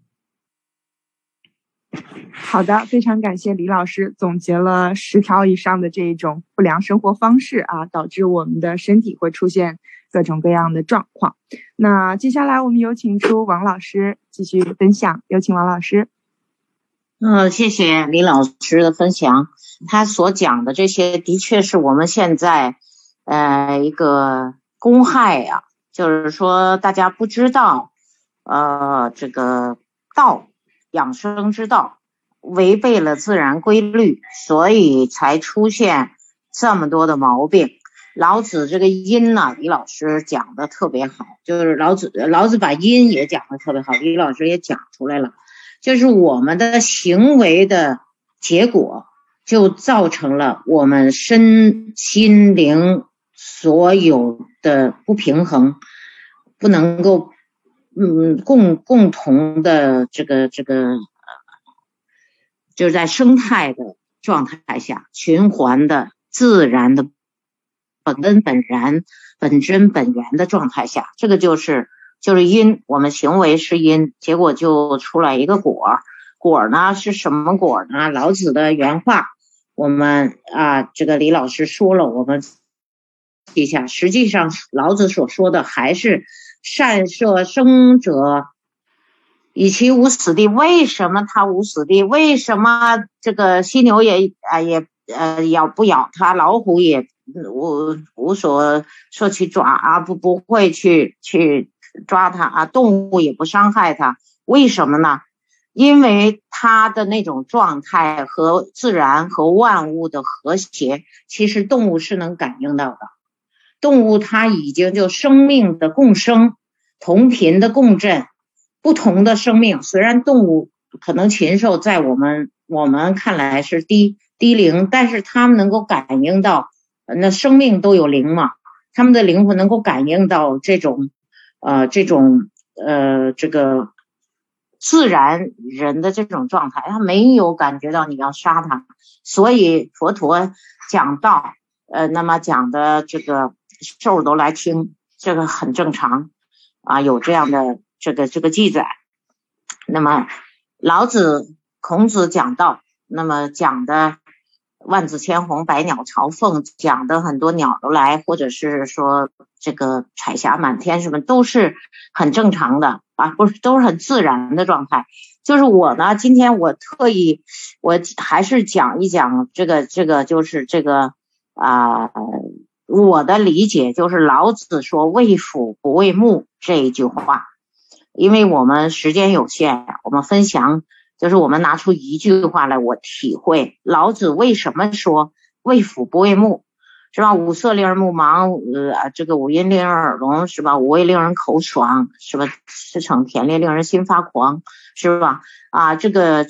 好的，非常感谢李老师总结了10条以上的这种不良生活方式导致我们的身体会出现各种各样的状况。那接下来我们有请出王老师继续分享，有请王老师。 谢谢李老师的分享。他所讲的这些的确是我们现在一个公害呀，就是说大家不知道这个道，养生之道违背了自然规律，所以才出现这么多的毛病。老子这个因呢，李老师讲的特别好，就是老子把因也讲的特别好，李老师也讲出来了，就是我们的行为的结果就造成了我们身心灵所有的不平衡，不能够共同的这个就是在生态的状态下循环的自然的本根本然本真本源的状态下，这个就是因，我们行为是因，结果就出来一个果。果呢是什么果呢？老子的原话我们这个李老师说了，我们一下，实际上老子所说的还是善摄生者以其无死地。为什么他无死地？为什么这个犀牛也咬不咬它，老虎也无所说去抓不会去抓它动物也不伤害它？为什么呢？因为它的那种状态和自然和万物的和谐，其实动物是能感应到的。动物它已经就生命的共生，同频的共振，不同的生命，虽然动物可能禽兽在我们看来是低灵，但是他们能够感应到，那生命都有灵嘛，他们的灵魂能够感应到这个自然人的这种状态，他没有感觉到你要杀他，所以佛陀讲道，那么讲的这个兽都来听，这个很正常有这样的这个记载。那么孔子讲道，那么讲的万紫千红百鸟朝凤，讲的很多鸟都来，或者是说这个彩霞满天什么都是很正常的不是，都是很自然的状态。就是我呢，今天我特意我还是讲一讲这个就是这个我的理解就是老子说为辅不为目这一句话。因为我们时间有限，我们分享就是我们拿出一句话来，我体会老子为什么说为辅不为目，是吧？五色令人目盲，这个五音令人耳聋，是吧？五味令人口爽，是吧？驰骋甜猎令人心发狂，是吧？这个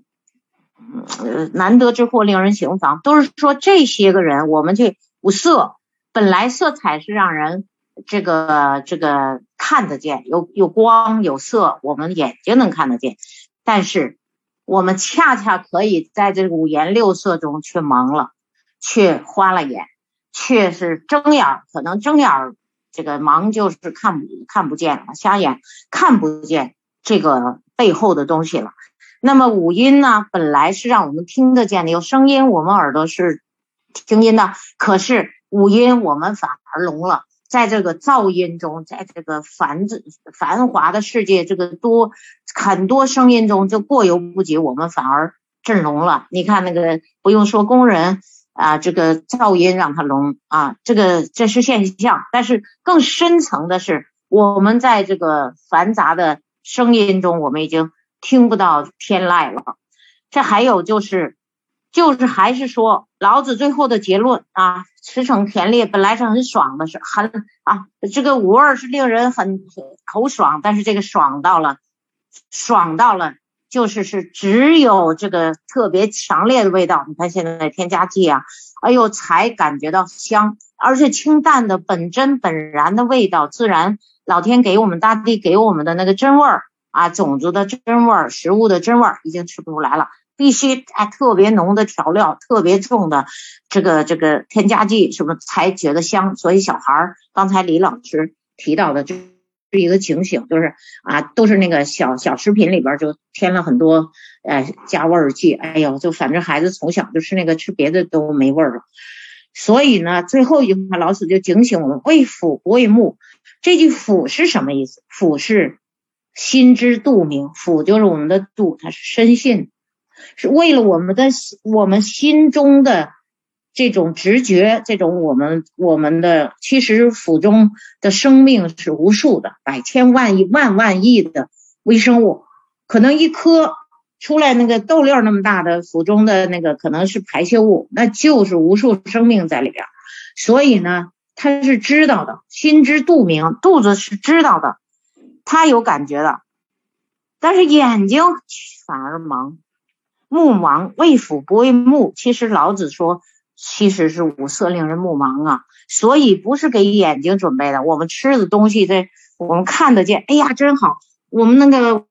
难得之货令人行妨，都是说这些个人，我们这五色本来色彩是让人这个看得见，有光有色，我们眼睛能看得见，但是我们恰恰可以在这五颜六色中却盲了，却花了眼，却是睁眼，可能睁眼这个盲就是看不见了，瞎眼看不见这个背后的东西了。那么五音呢，本来是让我们听得见的，有声音我们耳朵是听音的，可是五音我们反而聋了。在这个噪音中，在这个繁华的世界，这个很多声音中就过犹不及，我们反而震聋了。你看那个不用说工人这个噪音让他聋这是现象。但是更深层的是，我们在这个繁杂的声音中，我们已经听不到天籁了。这还有就是还是说老子最后的结论驰骋甜猎本来是很爽的，是很这个五味是令人很口爽，但是这个爽到了就是只有这个特别强烈的味道，你看现在的添加剂才感觉到香，而且清淡的本真本然的味道，自然老天给我们大地给我们的那个真味儿种子的真味儿，食物的真味儿已经吃不出来了，必须特别浓的调料，特别重的这个添加剂什么才觉得香。所以小孩刚才李老师提到的就是一个警醒，就是都是那个小食品里边就添了很多加味儿剂，就反正孩子从小就吃那个，吃别的都没味儿了。所以呢，最后一句话老子就警醒我们，为辅不为目。这句辅是什么意思？辅是心知肚明，辅就是我们的肚，它是深信是为了我们心中的这种直觉，这种我们的，其实腹中的生命是无数的，百千万亿万亿的微生物，可能一颗出来那个豆粒那么大的腹中的那个可能是排泄物，那就是无数生命在里边。所以呢，他是知道的，心知肚明，肚子是知道的，他有感觉的，但是眼睛反而盲，目盲，为辅不为目。其实老子说，其实是五色令人目盲啊，所以不是给眼睛准备的。我们吃的东西，我们看得见，哎呀，真好。我们那个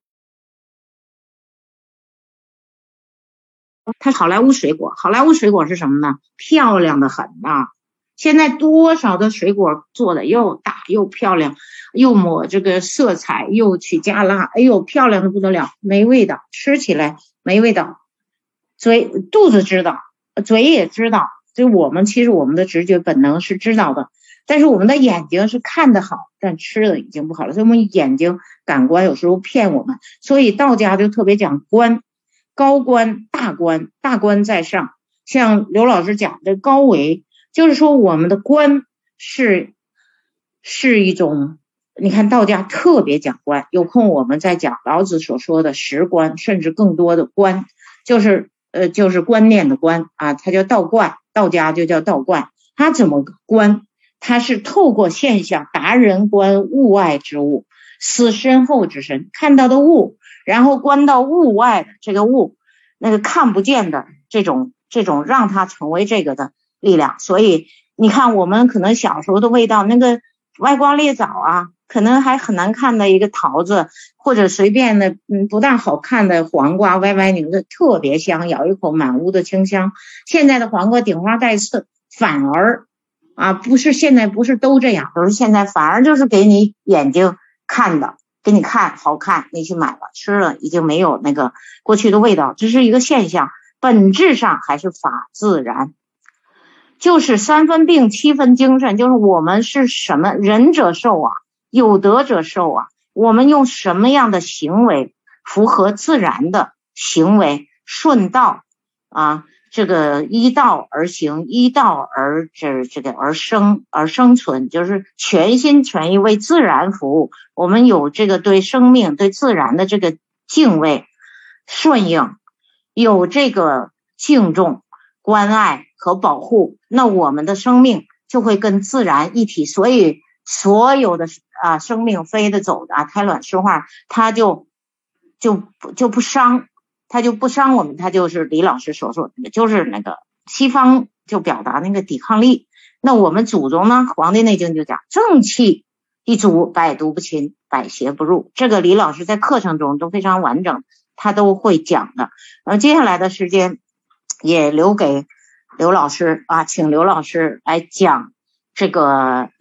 它好莱坞水果，好莱坞水果是什么呢？漂亮的很啊！现在多少的水果做的又大又漂亮，又抹这个色彩，又去加辣，哎呦，漂亮的不得了，没味道，吃起来没味道。肚子知道，嘴也知道，所以其实我们的直觉本能是知道的，但是我们的眼睛是看得好，但吃的已经不好了，所以我们眼睛感官有时候骗我们。所以道家就特别讲观，高观、大观，大观在上。像刘老师讲的高维，就是说我们的观是一种，你看道家特别讲观，有空我们再讲老子所说的十观，甚至更多的观，就是观念的观啊，它叫道观，道家就叫道观。它怎么观？它是透过现象，达人观物外之物，思身后之身，看到的物，然后观到物外的这个物，那个看不见的这种让它成为这个的力量。所以你看，我们可能小时候的味道，那个歪瓜裂枣啊，可能还很难看的一个桃子，或者随便的不大好看的黄瓜，歪歪扭的特别香，咬一口满屋的清香。现在的黄瓜顶花带刺，反而现在不是都这样，而是现在反而就是给你眼睛看的，给你看好看，你去买了吃了，已经没有那个过去的味道，这是一个现象，本质上还是法自然。就是3分病7分精神，就是我们是什么仁者寿啊，有德者寿啊，我们用什么样的行为符合自然的行为，顺道啊，这个依道而行，依道而生存，就是全心全意为自然服务。我们有这个对生命对自然的这个敬畏顺应，有这个敬重关爱和保护，那我们的生命就会跟自然一体。所以所有的生命飞的走的胎卵湿化，它就不伤，它就不伤我们，它就是李老师所说的，就是那个西方就表达那个抵抗力。那我们祖宗呢，《黄帝内经》就讲正气一足，百毒不侵，百邪不入。这个李老师在课程中都非常完整，他都会讲的。接下来的时间也留给刘老师请刘老师来讲这个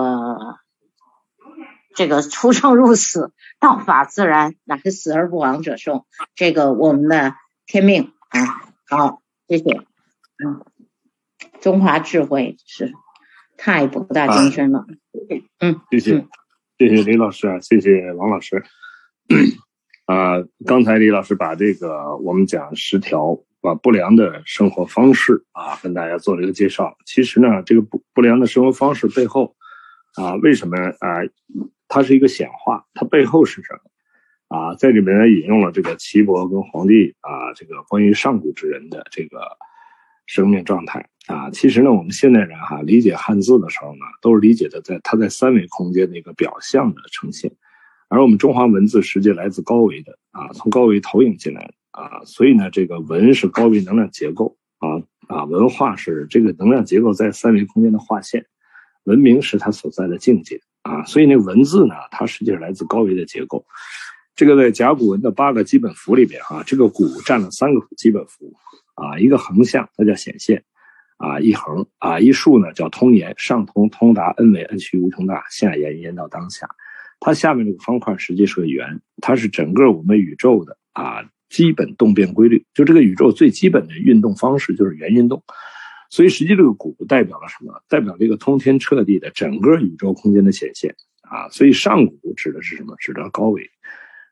出生入死，道法自然，乃是死而不亡者寿，这个我们的天命好，谢谢。中华智慧是太博大精深了。 谢谢李老师谢谢王老师。刚才李老师把这个我们讲10条不良的生活方式跟大家做了一个介绍。其实呢，这个不良的生活方式背后为什么它是一个显化，它背后是什么在里面呢引用了这个岐伯跟黄帝这个关于上古之人的这个生命状态其实呢，我们现代人理解汉字的时候呢，都是理解的它在3维空间的一个表象的呈现，而我们中华文字实际来自高维的从高维投影进来的所以呢，这个文是高维能量结构文化是这个能量结构在3维空间的划线，文明是它所在的境界所以那文字呢，它实际上来自高维的结构。这个在甲骨文的8个基本符里边这个骨占了3个基本符一个横向它叫显现一横一竖呢叫通言，上通通达恩为恩虚无穷大，下言言到当下。它下面这个方块实际是个圆，它是整个我们宇宙的基本动变规律，就这个宇宙最基本的运动方式就是圆运动。所以实际这个骨代表了什么？代表这个通天彻地的整个宇宙空间的显现所以上古指的是什么？指的高维。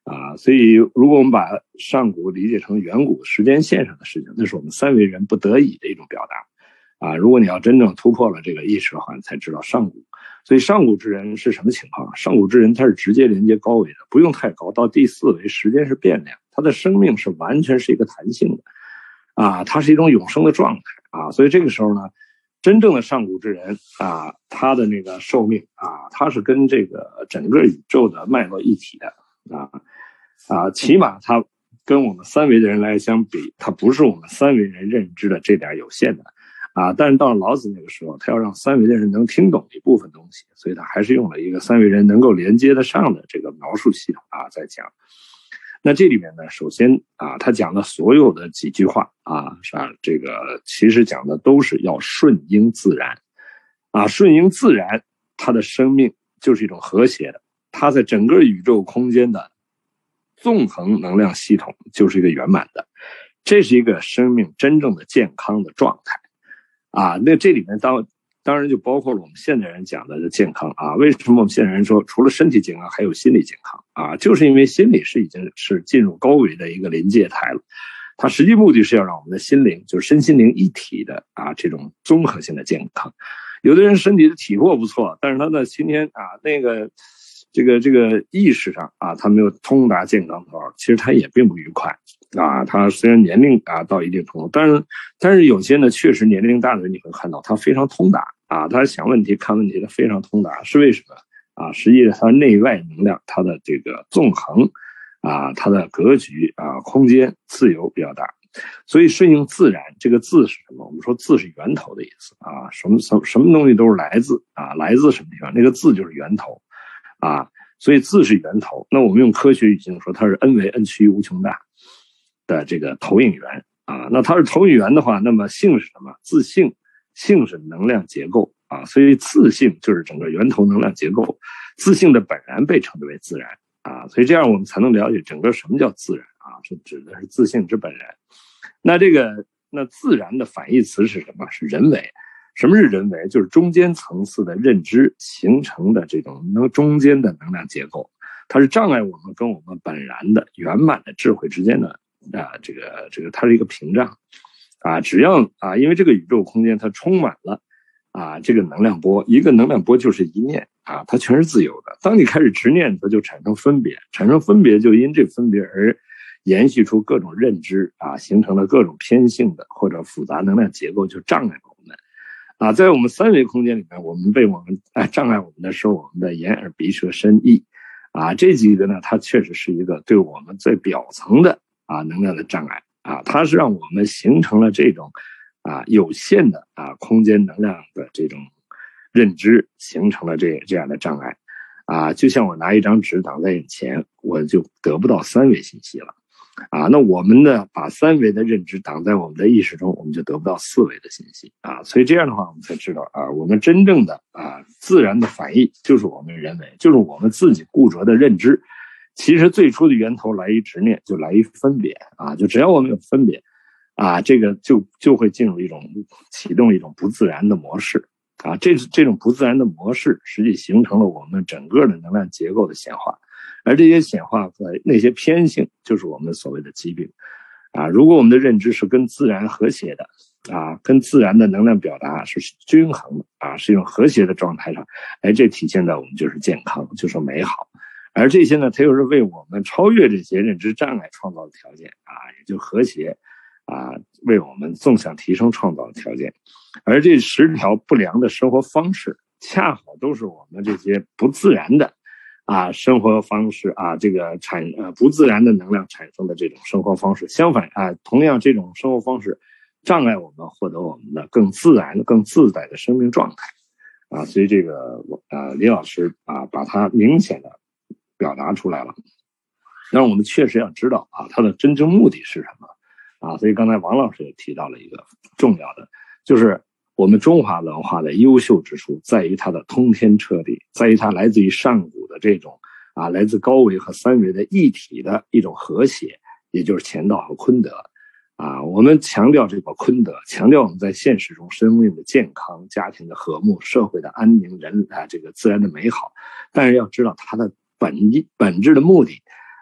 所以如果我们把上古理解成远古时间线上的事情，那是我们三维人不得已的一种表达。如果你要真正突破了这个意识的话，你才知道上古。所以上古之人是什么情况？上古之人他是直接连接高维的，不用太高，到第4维时间是变量，他的生命是完全是一个弹性的它是一种永生的状态所以这个时候呢，真正的上古之人他的那个寿命他是跟这个整个宇宙的脉络一体的起码他跟我们三维的人来相比，他不是我们三维人认知的这点有限的但是到了老子那个时候，他要让三维的人能听懂一部分东西，所以他还是用了一个三维人能够连接得上的这个描述系统在讲。那这里面呢，首先他讲的所有的几句话这个其实讲的都是要顺应自然顺应自然，他的生命就是一种和谐的，他在整个宇宙空间的纵横能量系统就是一个圆满的，这是一个生命真正的健康的状态那这里面当然就包括了我们现代人讲的健康为什么我们现代人说除了身体健康还有心理健康就是因为心理已经是进入高维的一个临界态了，它实际目的是要让我们的心灵就是身心灵一体的这种综合性的健康。有的人身体的体魄不错，但是他的今天这个意识上他没有通达健康头，其实他也并不愉快他虽然年龄到一定程度，但是有些呢确实年龄大的人你会看到他非常通达他想问题看问题他非常通达，是为什么实际上他内外能量他的这个纵横他的格局空间自由比较大。所以顺应自然这个字是什么？我们说字是源头的意思什么东西都是来自来自什么地方，那个字就是源头所以字是源头。那我们用科学语境说它是 n 为 n 趋于无穷大的这个投影源那它是投影源的话，那么性是什么？自性，性是能量结构所以自性就是整个源头能量结构，自性的本然被称之为自然所以这样我们才能了解整个什么叫自然这指的是自性之本然。那自然的反义词是什么？是人为。什么是人为？就是中间层次的认知形成的这种中间的能量结构，它是障碍我们跟我们本然的圆满的智慧之间的这个它是一个屏障只要因为这个宇宙空间它充满了这个能量波，一个能量波就是一念它全是自由的。当你开始执念，它就产生分别，产生分别就因这分别而延续出各种认知形成了各种偏性的或者复杂能量结构，就障碍我们在我们三维空间里面，我们被我们障碍我们的是我们的眼耳鼻舌身意这几个呢，它确实是一个对我们最表层的能量的障碍它是让我们形成了这种有限的空间能量的这种认知，形成了这样的障碍就像我拿一张纸挡在眼前，我就得不到三维信息了那我们呢把三维的认知挡在我们的意识中，我们就得不到四维的信息所以这样的话我们才知道我们真正的自然的反义就是我们人为，就是我们自己固着的认知。其实最初的源头来于执念，就来于分别就只要我们有分别这个就会进入启动一种不自然的模式这种不自然的模式实际形成了我们整个的能量结构的显化，而这些显化和那些偏性就是我们所谓的疾病如果我们的认知是跟自然和谐的跟自然的能量表达是均衡的是一种和谐的状态上这体现在我们就是健康，就是美好。而这些呢，它又是为我们超越这些认知障碍创造的条件也就和谐为我们纵向提升创造的条件。而这10条不良的生活方式恰好都是我们这些不自然的生活方式这个不自然的能量产生的这种生活方式。相反同样这种生活方式障碍我们获得我们的更自然更自在的生命状态所以这个李老师把它明显的表达出来了。但是我们确实要知道它的真正目的是什么所以刚才王老师也提到了一个重要的，就是我们中华文化的优秀之处在于它的通天彻地，在于它来自于上古的这种来自高维和三维的一体的一种和谐，也就是乾道和坤德我们强调这个坤德，强调我们在现实中生命的健康、家庭的和睦、社会的安宁、这个自然的美好。但是要知道它的本质的目的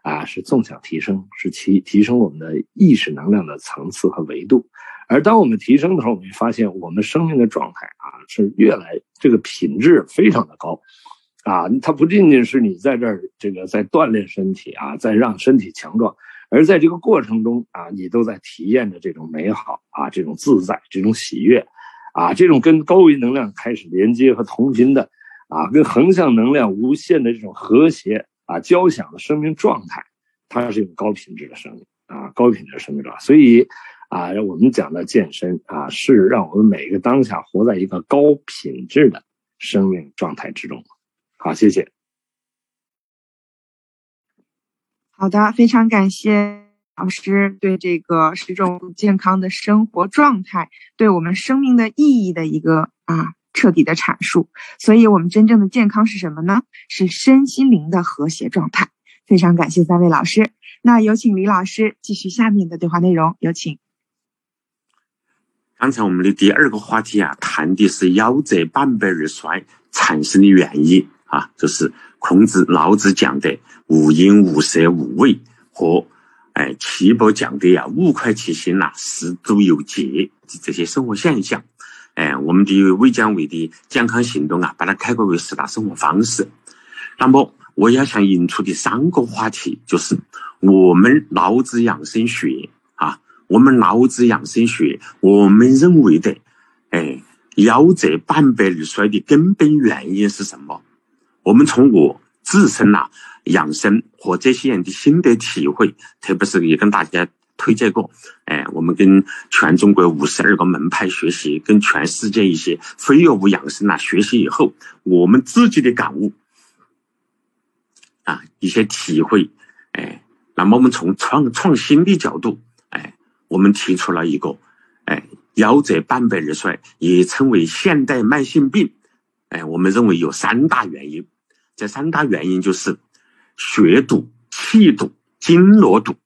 是纵向提升，是提升我们的意识能量的层次和维度。而当我们提升的时候，我们会发现我们生命的状态是越来这个品质非常的高它不仅仅是你在这儿在锻炼身体在让身体强壮，而在这个过程中你都在体验着这种美好这种自在，这种喜悦这种跟高维能量开始连接和同频的跟横向能量无限的这种和谐交响的生命状态，它是一种高品质的生命高品质的生命状态。所以我们讲的健身是让我们每一个当下活在一个高品质的生命状态之中。好，谢谢。 好的，非常感谢老师对这个10种健康的生活状态对我们生命的意义的一个彻底的阐述。所以我们真正的健康是什么呢？是身心灵的和谐状态。非常感谢3位老师。那有请李老师继续下面的对话内容，有请。 刚才我们的第2个话题谈的是腰则半背而衰产生的原因就是孔子老子讲的无饮无色无味和岐伯讲的5块7星食足有节这些生活现象。我们的卫健委的健康行动把它概括为10大生活方式。那么我要想引出的3个话题就是我们老子养生学我们老子养生学我们认为的腰则半背而衰的根本原因是什么？我们从我自身养生和这些人的心得体会，特别是也跟大家推荐过我们跟全中国52个门派学习，跟全世界一些非药物养生学习以后，我们自己的感悟一些体会那么我们从创新的角度我们提出了一个腰则半背而衰，也称为现代慢性病。我们认为有3大原因，这3大原因就是血堵、气堵、经络堵。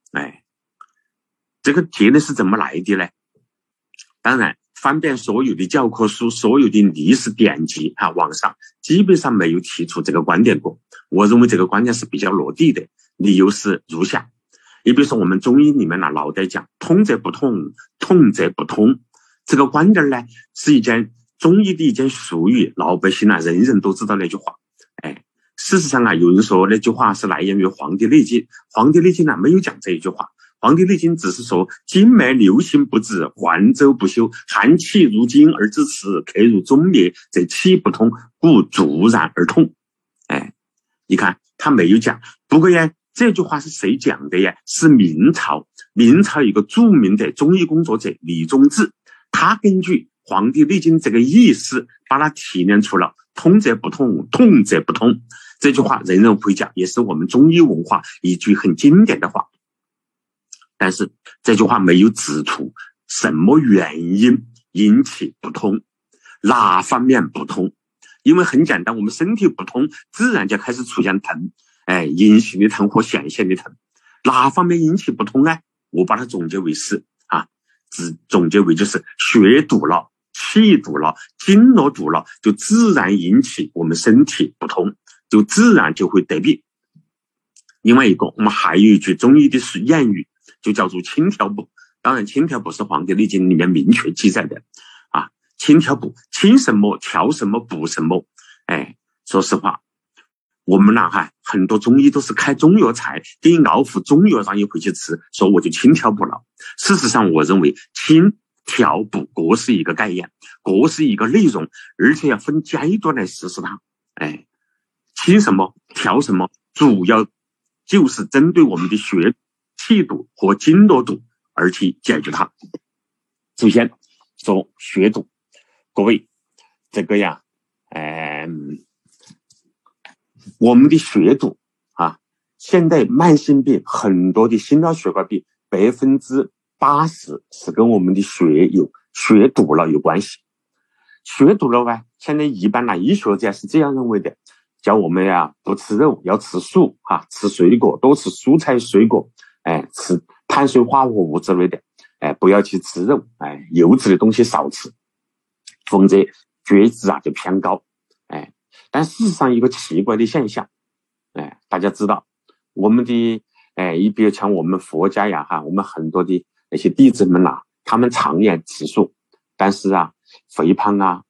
这个结论是怎么来的呢？当然翻遍所有的教科书，所有的历史典籍网上基本上没有提出这个观点过。我认为这个观点是比较落地的，理由是如下。你比如说我们中医里面老在讲通则不痛，痛则不通，这个观点呢是一件中医的一件俗语，老百姓人人都知道那句话。事实上有人说那句话是来源于《黄帝内经》，《黄帝内经》没有讲这一句话，《黄帝内经》只是说经脉流行不止，环周不休，寒气入经而至此，客入中脉，则气不通，故突然而痛。你看他没有讲。不过这句话是谁讲的是明朝一个著名的中医工作者李宗志，他根据《黄帝内经》这个意思把它提炼出了通则不痛，痛则不通。这句话人人会讲，也是我们中医文化一句很经典的话。但是这句话没有指出什么原因引起不通，哪方面不通。因为很简单，我们身体不通自然就开始出现疼，隐形的疼和显现的疼。哪方面引起不通呢？我把它总结为总结为就是血堵了，气堵了，经络堵了，就自然引起我们身体不通，就自然就会得病。另外一个，我们还有一句中医的谚语，就叫做轻调补。当然轻调补是《黄帝内经》里面明确记载的轻调补，轻什么调什么补什么。说实话我们很多中医都是开中药材给你熬副中药让你回去吃，说我就轻调补了。事实上我认为轻调补各是一个概念，各是一个内容，而且要分阶段来实施它。轻什么调什么，主要就是针对我们的血气堵和经络堵而去解决它。首先说血堵，各位这个我们的血堵现在慢性病很多的心脑血管病80%是跟我们的血堵了有关系。血堵了现在一般医学家是这样认为的，叫我们不吃肉，要吃素吃水果，多吃蔬菜水果，吃碳水化合物之类的，不要去吃肉，油脂的东西少吃，否则血脂就偏高。但事实上一个奇怪的现象，大家知道我们的你比如像我们佛家呀哈，我们很多的那些弟子们呐，他们常年吃素，但是啊，肥胖啊，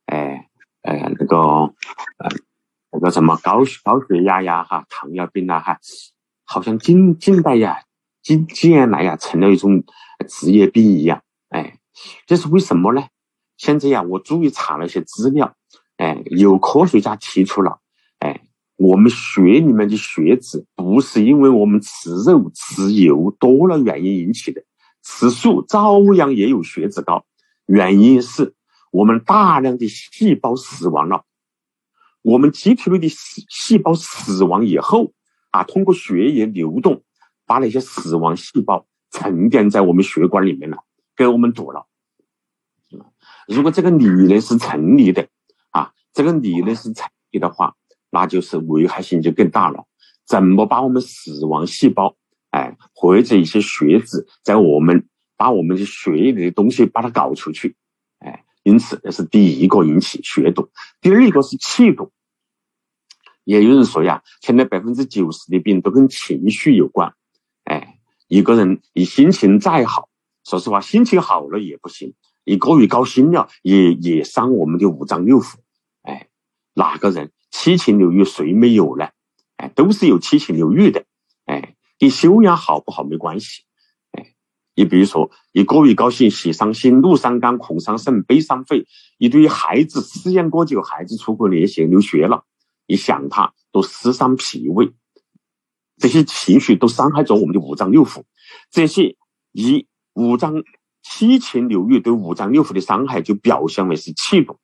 那个什么高血压呀哈，糖尿病啊哈，好像近代呀，近年来呀，成了一种职业病一样。这是为什么呢？现在呀，我注意查了一些资料，有科学家提出了，我们血里面的血脂不是因为我们吃肉吃油多了原因引起的，吃素照样也有血脂高，原因是我们大量的细胞死亡了。我们机体内的细胞死亡以后啊，通过血液流动，把那些死亡细胞沉淀在我们血管里面了，给我们堵了。如果这个理论是成立的啊，这个理论是成立的话，那就是危害性就更大了。怎么把我们死亡细胞或者一些血脂把我们的血液里的东西把它搞出去，因此这是第一个引起血毒。第二个是气毒，也有人说呀，现在90%的病都跟情绪有关。一个人你心情再好，说实话心情好了也不行，你过于高兴了也伤我们的五脏六腑。哪个人七情六欲谁没有呢？都是有七情六欲的。你修养好不好没关系。你比如说，你过于高兴，喜伤心，怒伤肝，恐伤肾，悲伤肺。你对于孩子饲养过久，孩子出过流血了，你想他都失伤脾胃，这些情绪都伤害着我们的五脏六腑。这些以七情六欲对五脏六腑的伤害就表现为是气毒。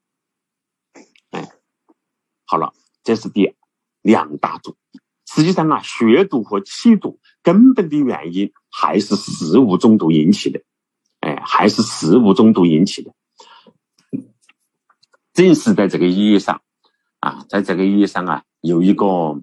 好了，这是第2大毒。实际上啊，血毒和气毒根本的原因还是食物中毒引起的。正是在这个意义上啊，有一个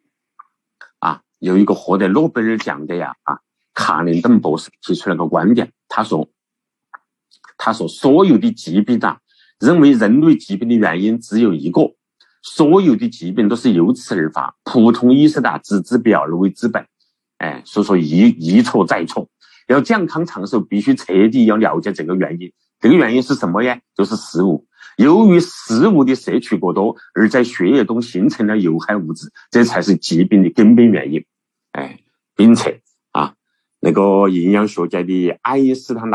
获得诺贝尔奖的卡林顿博士提出了个观点，他说所有的疾病认为人类疾病的原因只有一个，所有的疾病都是由此而发，普通医生置之表而为之本。所以说一错再错，要健康长寿必须彻底要了解这个原因。这个原因是什么呀？就是食物。由于食物的摄取过多，而在血液中形成了有害物质，这才是疾病的根本原因。并且那个营养学家的爱因斯坦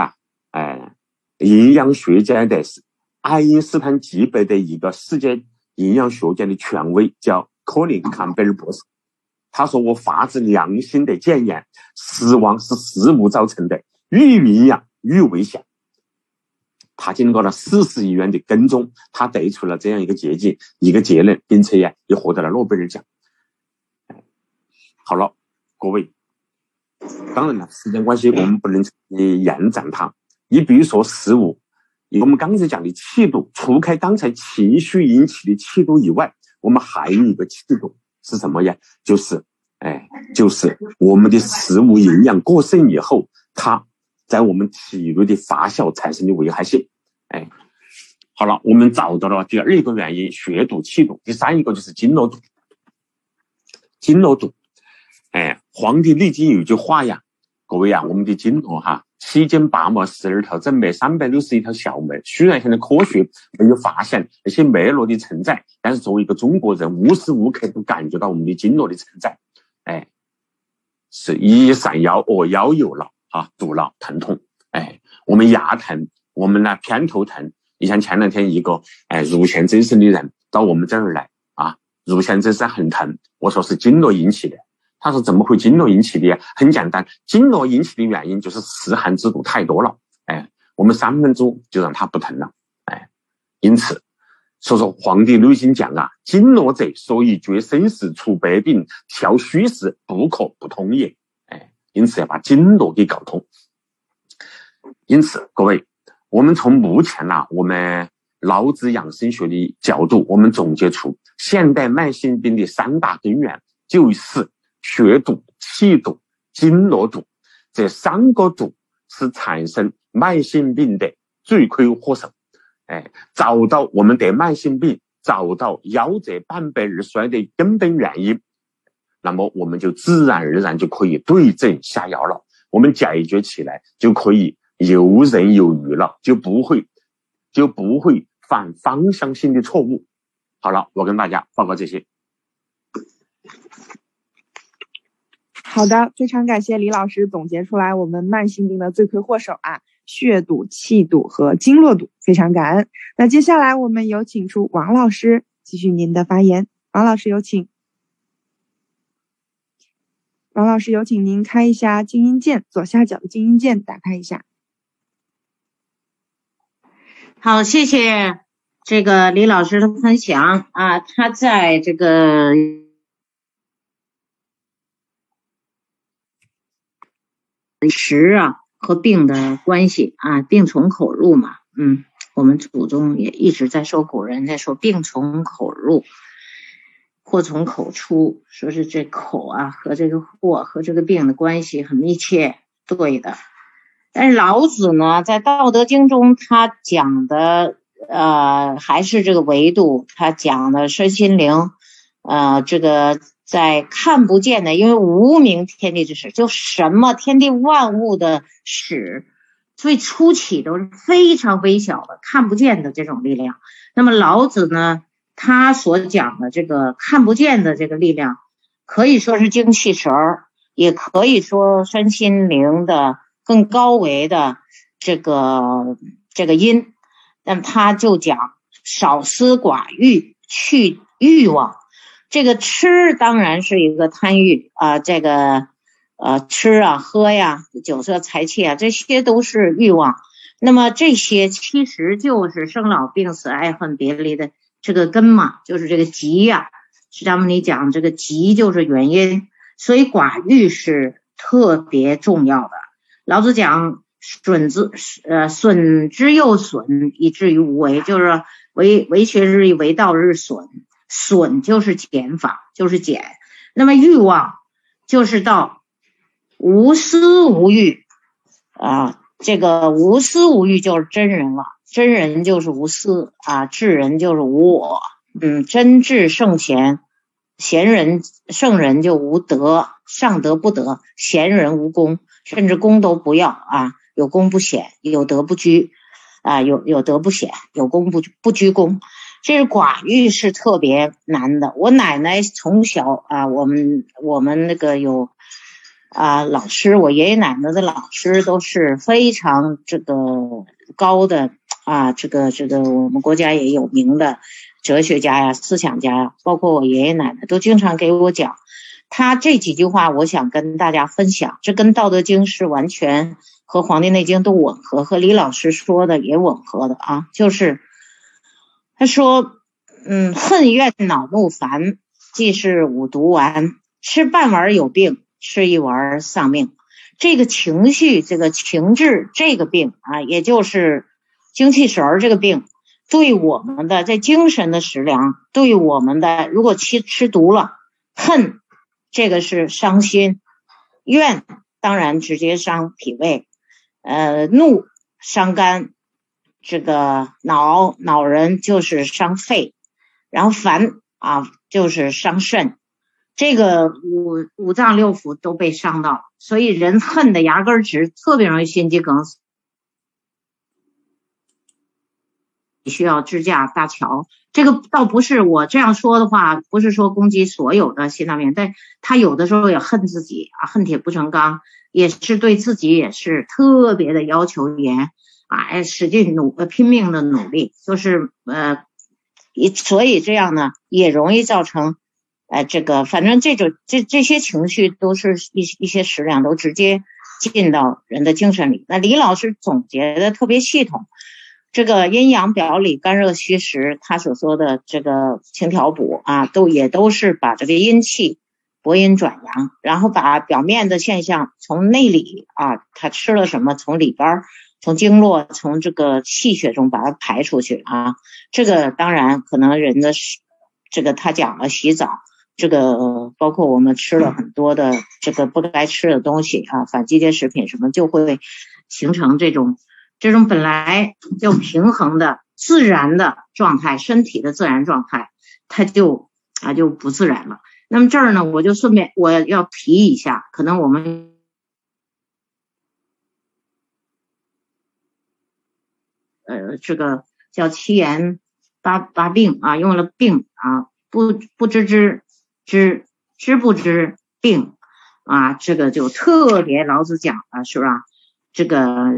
级别的一个世界营养学家的权威叫科林坎贝尔博士，他说我发自良心的建言，死亡是食物造成的，愈营养愈危险。他经过了40亿元的跟踪，他得出了这样一个结论，并且也获得了诺贝尔奖。好了，各位，当然了，时间关系我们不能延展它。你比如说食物，我们刚才讲的气毒，除开刚才情绪引起的气毒以外，我们还有一个气毒是什么呀？就是我们的食物营养过剩以后，它在我们体内的发酵产生的危害性。好了，我们找到了第2个原因，血毒气毒。第3个就是经络毒。黄帝内经有一句话呀，各位我们的经络7经8脉12条正脉361条小脉，虽然现在科学没有发现那些脉络的存在，但是作为一个中国人，无时无刻都感觉到我们的经络的存在。是一闪腰，腰有了堵了疼痛。我们牙疼，我们偏头疼。你像前2天一个乳腺增生的人到我们这儿来乳腺增生很疼，我说是经络引起的。他说怎么会经络引起的呀？很简单，经络引起的原因就是湿寒之毒太多了。我们3分钟就让它不疼了。因此所以说《黄帝内经》讲经络者，所以决生死除百病调虚实，不可不通也。因此要把经络给搞通。因此各位，我们从目前我们老子养生学的角度，我们总结出现代慢性病的3大根源，就是血毒、气毒、经络毒。这3个毒是产生慢性病的罪魁祸首。找到我们得慢性病，找到夭折半百而衰的根本原因， 那么我们就自然而然就可以对症下药了，我们解决起来就可以游刃有余了，就不会犯方向性的错误。好了，我跟大家报告这些。 好的，非常感谢李老师总结出来我们慢性病的罪魁祸首啊，血堵、气堵和经络堵，非常感恩。那接下来我们有请出王老师继续您的发言。王老师有请。王老师有请您开一下静音键，左下角的静音键打开一下。 好，谢谢这个李老师的分享啊，他在这个食啊和病的关系啊，病从口入嘛，我们祖宗也一直在说，古人在说病从口入，祸从口出，说是这口啊和这个祸和这个病的关系很密切，对的。但是老子呢，在《道德经》中，他讲的还是这个维度，他讲的身心灵，这个在看不见的，因为无名天地之始，就什么天地万物的始，最初起都是非常微小的、看不见的这种力量。那么老子呢，他所讲的这个看不见的这个力量，可以说是精气神儿，也可以说身心灵的更高维的这个因。那么他就讲少思寡欲，去欲望。这个吃当然是一个贪欲啊，这个吃啊喝呀、酒色财气啊，这些都是欲望。那么这些其实就是生老病死爱恨别离的这个根嘛，就是这个急呀。释迦牟尼讲这个急就是原因，所以寡欲是特别重要的。老子讲损之又损，以至于无为，就是为学日益，为道日损。损就是减法，就是减。那么欲望就是到无私无欲啊，这个无私无欲就是真人了，真人就是无私啊，智人就是无我，真智圣贤，贤人圣人就无德，上德不德，贤人无功，甚至功都不要啊，有功不显，有德不居啊，有德不显，有功不居功。这是寡欲是特别难的。我奶奶从小啊，我们那个有老师，我爷爷奶奶的老师都是非常这个高的啊，这个我们国家也有名的哲学家呀、思想家呀，包括我爷爷奶奶都经常给我讲。他这几句话我想跟大家分享，这跟《道德经》是完全和《黄帝内经》都吻合，和李老师说的也吻合的啊，就是他说恨怨恼怒烦，既是五毒丸，吃半丸有病，吃一丸丧命。这个情绪，这个情志，这个病啊，也就是精气神这个病，对我们的在精神的食粮，对我们的如果吃毒了，恨这个是伤心，怨当然直接伤脾胃，怒伤肝，这个恼人就是伤肺，然后烦啊就是伤肾，这个五脏六腑都被伤到，所以人恨的牙根直，特别容易心肌梗死，需要支架搭桥。这个倒不是我这样说的话，不是说攻击所有的心脏病，但他有的时候也恨自己啊，恨铁不成钢，也是对自己也是特别的要求严啊，使劲拼命的努力，就是所以这样呢也容易造成这个反正这些情绪都是一些食粮，都直接进到人的精神里。那李老师总结的特别系统，这个阴阳表里干热虚实，他所说的这个清调补啊，也都是把这个阴气拨阴转阳，然后把表面的现象从内里啊，他吃了什么，从里边从经络从这个气血中把它排出去啊。这个当然可能人的这个他讲了洗澡，这个包括我们吃了很多的这个不该吃的东西啊，反季节食品什么，就会形成这种本来就平衡的自然的状态，身体的自然状态，它就不自然了。 那么这儿呢，我就顺便我要提一下，可能我们这个叫七言八病啊，用了病啊，不知知不知病啊，这个就特别老子讲了，是吧？这个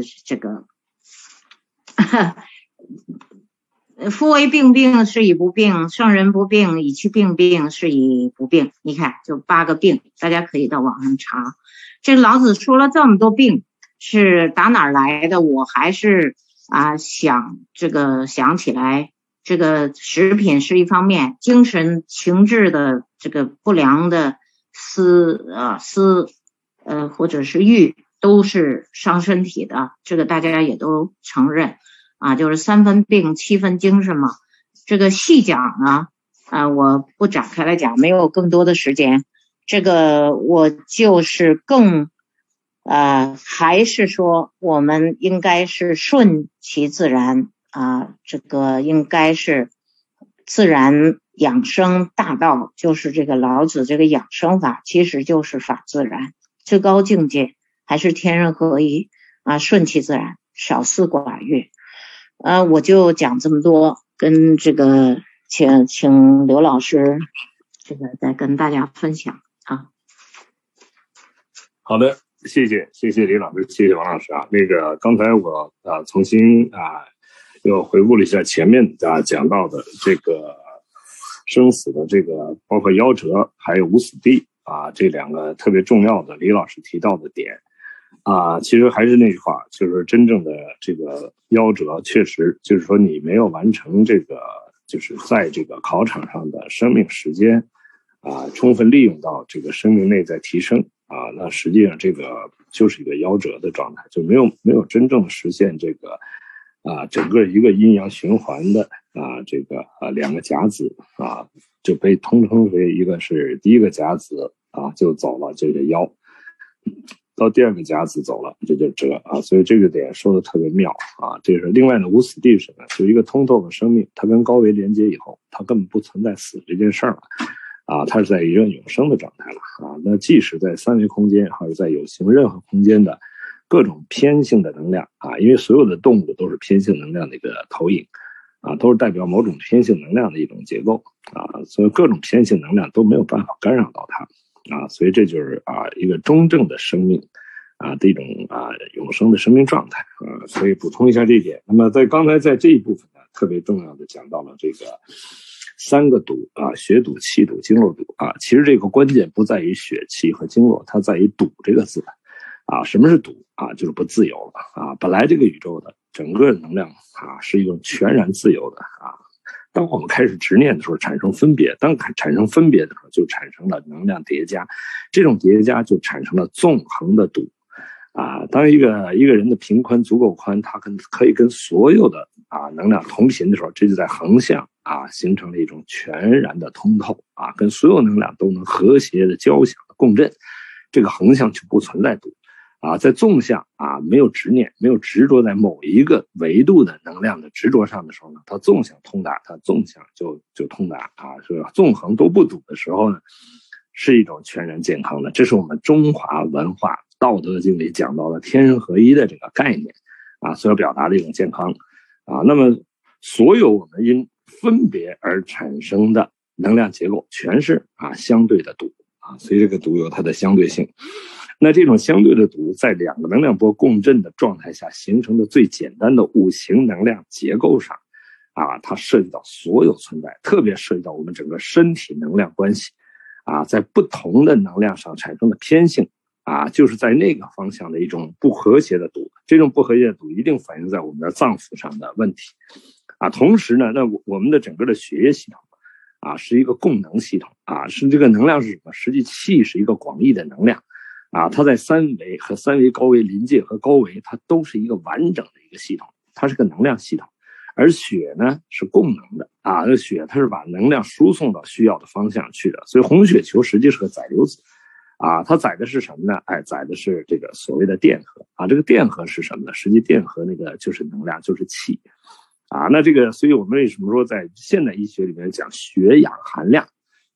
夫为病，是以不病；圣人不病，以其病，是以不病。你看，就8个病，大家可以到网上查。这老子说了这么多病，是打哪儿来的？我还是想起来，这个食品是一方面，精神情志的这个不良的思或者是欲，都是伤身体的，这个大家也都承认。就是3分病7分精神嘛。这个细讲呢，我不展开来讲，没有更多的时间。这个我就是更还是说我们应该是顺其自然这个应该是自然养生大道，就是这个老子这个养生法，其实就是法自然，最高境界还是天人合一顺其自然，少思寡欲。我就讲这么多，跟这个请刘老师这个再跟大家分享好的，谢谢李老师，谢谢王老师那个刚才我重新又回顾了一下前面讲到的这个生死的这个包括夭折还有无死地这2个特别重要的李老师提到的点其实还是那句话，就是真正的这个夭折，确实就是说你没有完成这个，就是在这个考场上的生命时间充分利用到这个生命内在提升那实际上这个就是一个夭折的状态，就没有真正实现这个整个一个阴阳循环的这个2个甲子就被通称为一个是第一个甲子就走了，这个夭。到第2个甲子走了，这就折所以这个点说的特别妙这是另外的无死地是什么？就一个通透的生命，它跟高维连接以后，它根本不存在死这件事儿了它是在一个永生的状态了那即使在3维空间还是在有形任何空间的各种偏性的能量因为所有的动物都是偏性能量的一个投影都是代表某种偏性能量的一种结构所以各种偏性能量都没有办法干扰到它所以这就是一个中正的生命的一种永生的生命状态所以补充一下这一点。那么刚才在这一部分呢，特别重要的讲到了这个3个堵血堵、气堵、经络堵其实这个关键不在于血气和经络，它在于堵这个字什么是堵就是不自由了本来这个宇宙的整个能量是一种全然自由的当我们开始执念的时候产生分别，当产生分别的时候就产生了能量叠加，这种叠加就产生了纵横的堵当一个人的频宽足够宽，他可以跟所有的能量同频的时候，这就在横向形成了一种全然的通透跟所有能量都能和谐的交响的共振，这个横向就不存在堵在纵向没有执念，没有执着在某一个维度的能量的执着上的时候呢，它纵向通达，它纵向就通达是吧？纵横都不堵的时候呢，是一种全然健康的。这是我们中华文化道德经里讲到的天人合一的这个概念所要表达的一种健康那么所有我们因分别而产生的能量结构全是相对的堵所以这个堵有它的相对性。那这种相对的堵在2个能量波共振的状态下形成的最简单的五行能量结构上它涉及到所有存在，特别涉及到我们整个身体能量关系在不同的能量上产生的偏性就是在那个方向的一种不和谐的堵，这种不和谐的堵一定反映在我们的脏腑上的问题同时呢，那我们的整个的血液系统是一个供能系统是这个能量是什么？实际气是一个广义的能量它在3维和3维高维临界和高维，它都是一个完整的一个系统，它是个能量系统。而血呢是供能的这血它是把能量输送到需要的方向去的，所以红血球实际是个载流子它载的是什么呢？载的是这个所谓的电荷这个电荷是什么呢？实际电荷那个就是能量，就是气那这个，所以我们为什么说在现代医学里面讲血氧含量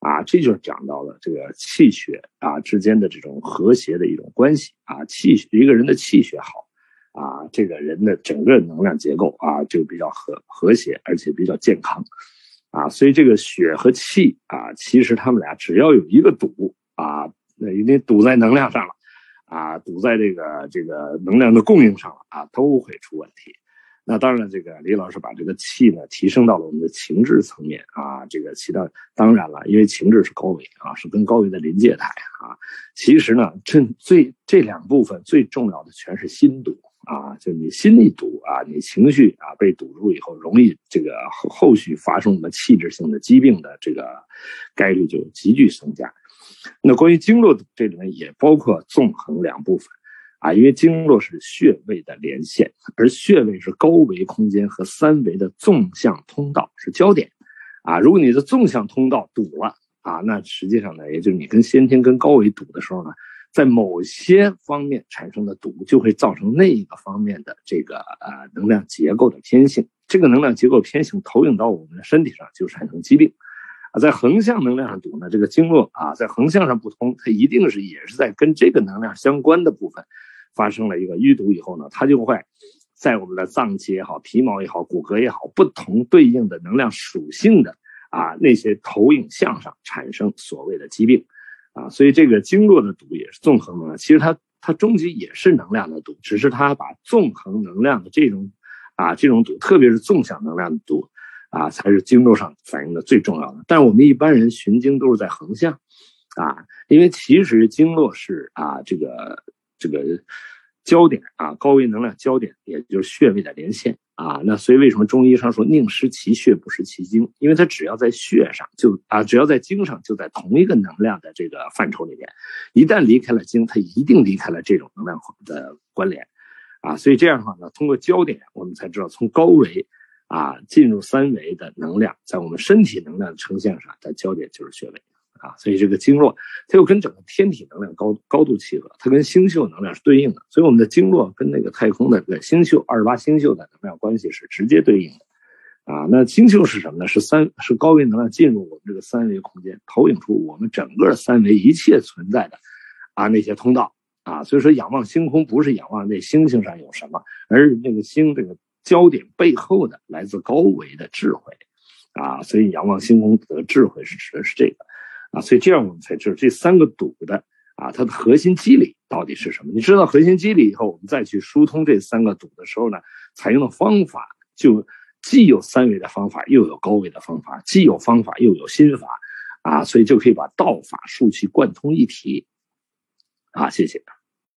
这就是讲到了这个气血之间的这种和谐的一种关系一个人的气血好这个人的整个能量结构就比较和谐，而且比较健康所以这个血和气其实他们俩只要有一个堵那一定堵在能量上了堵在这个能量的供应上了都会出问题。那当然，这个李老师把这个气呢提升到了我们的情志层面这个其他当然了，因为情志是高维是跟高维的临界态其实呢，这两部分最重要的全是心堵就你心一堵你情绪被堵住以后，容易这个后续发生的器质性的疾病的这个概率就急剧增加。那关于经络这里面也包括纵横两部分因为经络是穴位的连线，而穴位是高维空间和三维的纵向通道，是交点如果你的纵向通道堵了那实际上呢，也就是你跟先天跟高维堵的时候呢，在某些方面产生的堵，就会造成那一个方面的这个能量结构的偏性，这个能量结构偏性投影到我们的身体上，就产生疾病在横向能量上堵呢，这个经络在横向上不通，它一定也是在跟这个能量相关的部分发生了一个淤堵以后呢，它就会在我们的脏器也好，皮毛也好，骨骼也好，不同对应的能量属性的那些投影像上产生所谓的疾病所以这个经络的堵也是纵横能量，其实它终极也是能量的堵，只是它把纵横能量的这种堵，特别是纵向能量的堵才是经络上反映的最重要的。但是我们一般人循经都是在横向因为其实经络是这个焦点高维能量焦点，也就是穴位的连线那所以为什么中医上说宁失其穴不失其经，因为它只要在穴上只要在经上，就在同一个能量的这个范畴里面，一旦离开了经，它一定离开了这种能量的关联所以这样的话呢，通过焦点我们才知道从高维进入三维的能量，在我们身体能量的呈现上的焦点就是穴位所以这个经络它又跟整个天体能量高度契合，它跟星宿能量是对应的，所以我们的经络跟那个太空的这个星宿28星宿的能量关系是直接对应的那星宿是什么呢？是高维能量进入我们这个三维空间，投影出我们整个三维一切存在的那些通道所以说仰望星空不是仰望那星星上有什么，而是那个星这个焦点背后的来自高维的智慧所以仰望星空的智慧是指的是这个所以这样我们才知道这三个堵的它的核心机理到底是什么。你知道核心机理以后，我们再去疏通这三个堵的时候呢，采用的方法就既有三维的方法，又有高维的方法，既有方法又有心法所以就可以把道法术器贯通一体谢谢。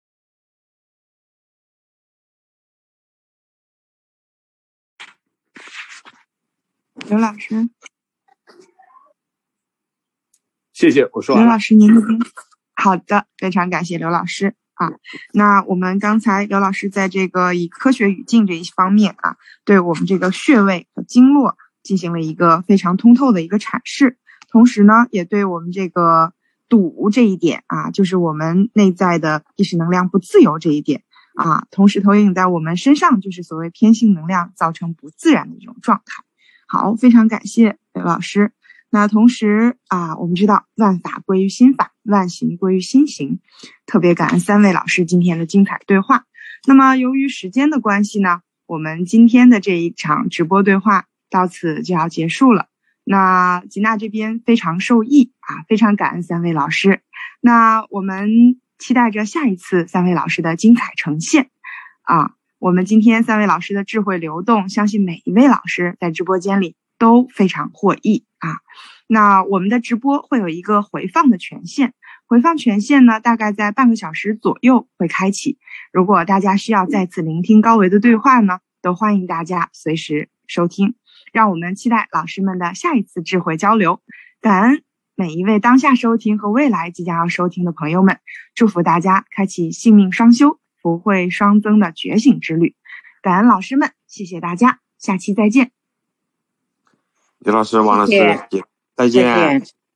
刘老师， 谢谢，我说完了。 刘老师您那边好的，非常感谢刘老师那我们刚才刘老师在这个以科学语境这一方面对我们这个穴位和经络进行了一个非常通透的一个阐释，同时呢也对我们这个堵这一点就是我们内在的意识能量不自由这一点同时投影在我们身上，就是所谓偏性能量造成不自然的这种状态。好，非常感谢刘老师。那同时我们知道万法归于心法，万行归于心行，特别感恩三位老师今天的精彩对话。那么由于时间的关系呢，我们今天的这一场直播对话到此就要结束了。那吉娜这边非常受益非常感恩三位老师。那我们期待着下一次三位老师的精彩呈现我们今天三位老师的智慧流动，相信每一位老师在直播间里都非常获益那我们的直播会有一个回放的权限，回放权限呢大概在半个小时左右会开启，如果大家需要再次聆听高维的对话呢，都欢迎大家随时收听，让我们期待老师们的下一次智慧交流。感恩每一位当下收听和未来即将要收听的朋友们，祝福大家开启性命双修、福慧双增的觉醒之旅。感恩老师们，谢谢大家，下期再见。 刘老师、王老师， 谢谢再见。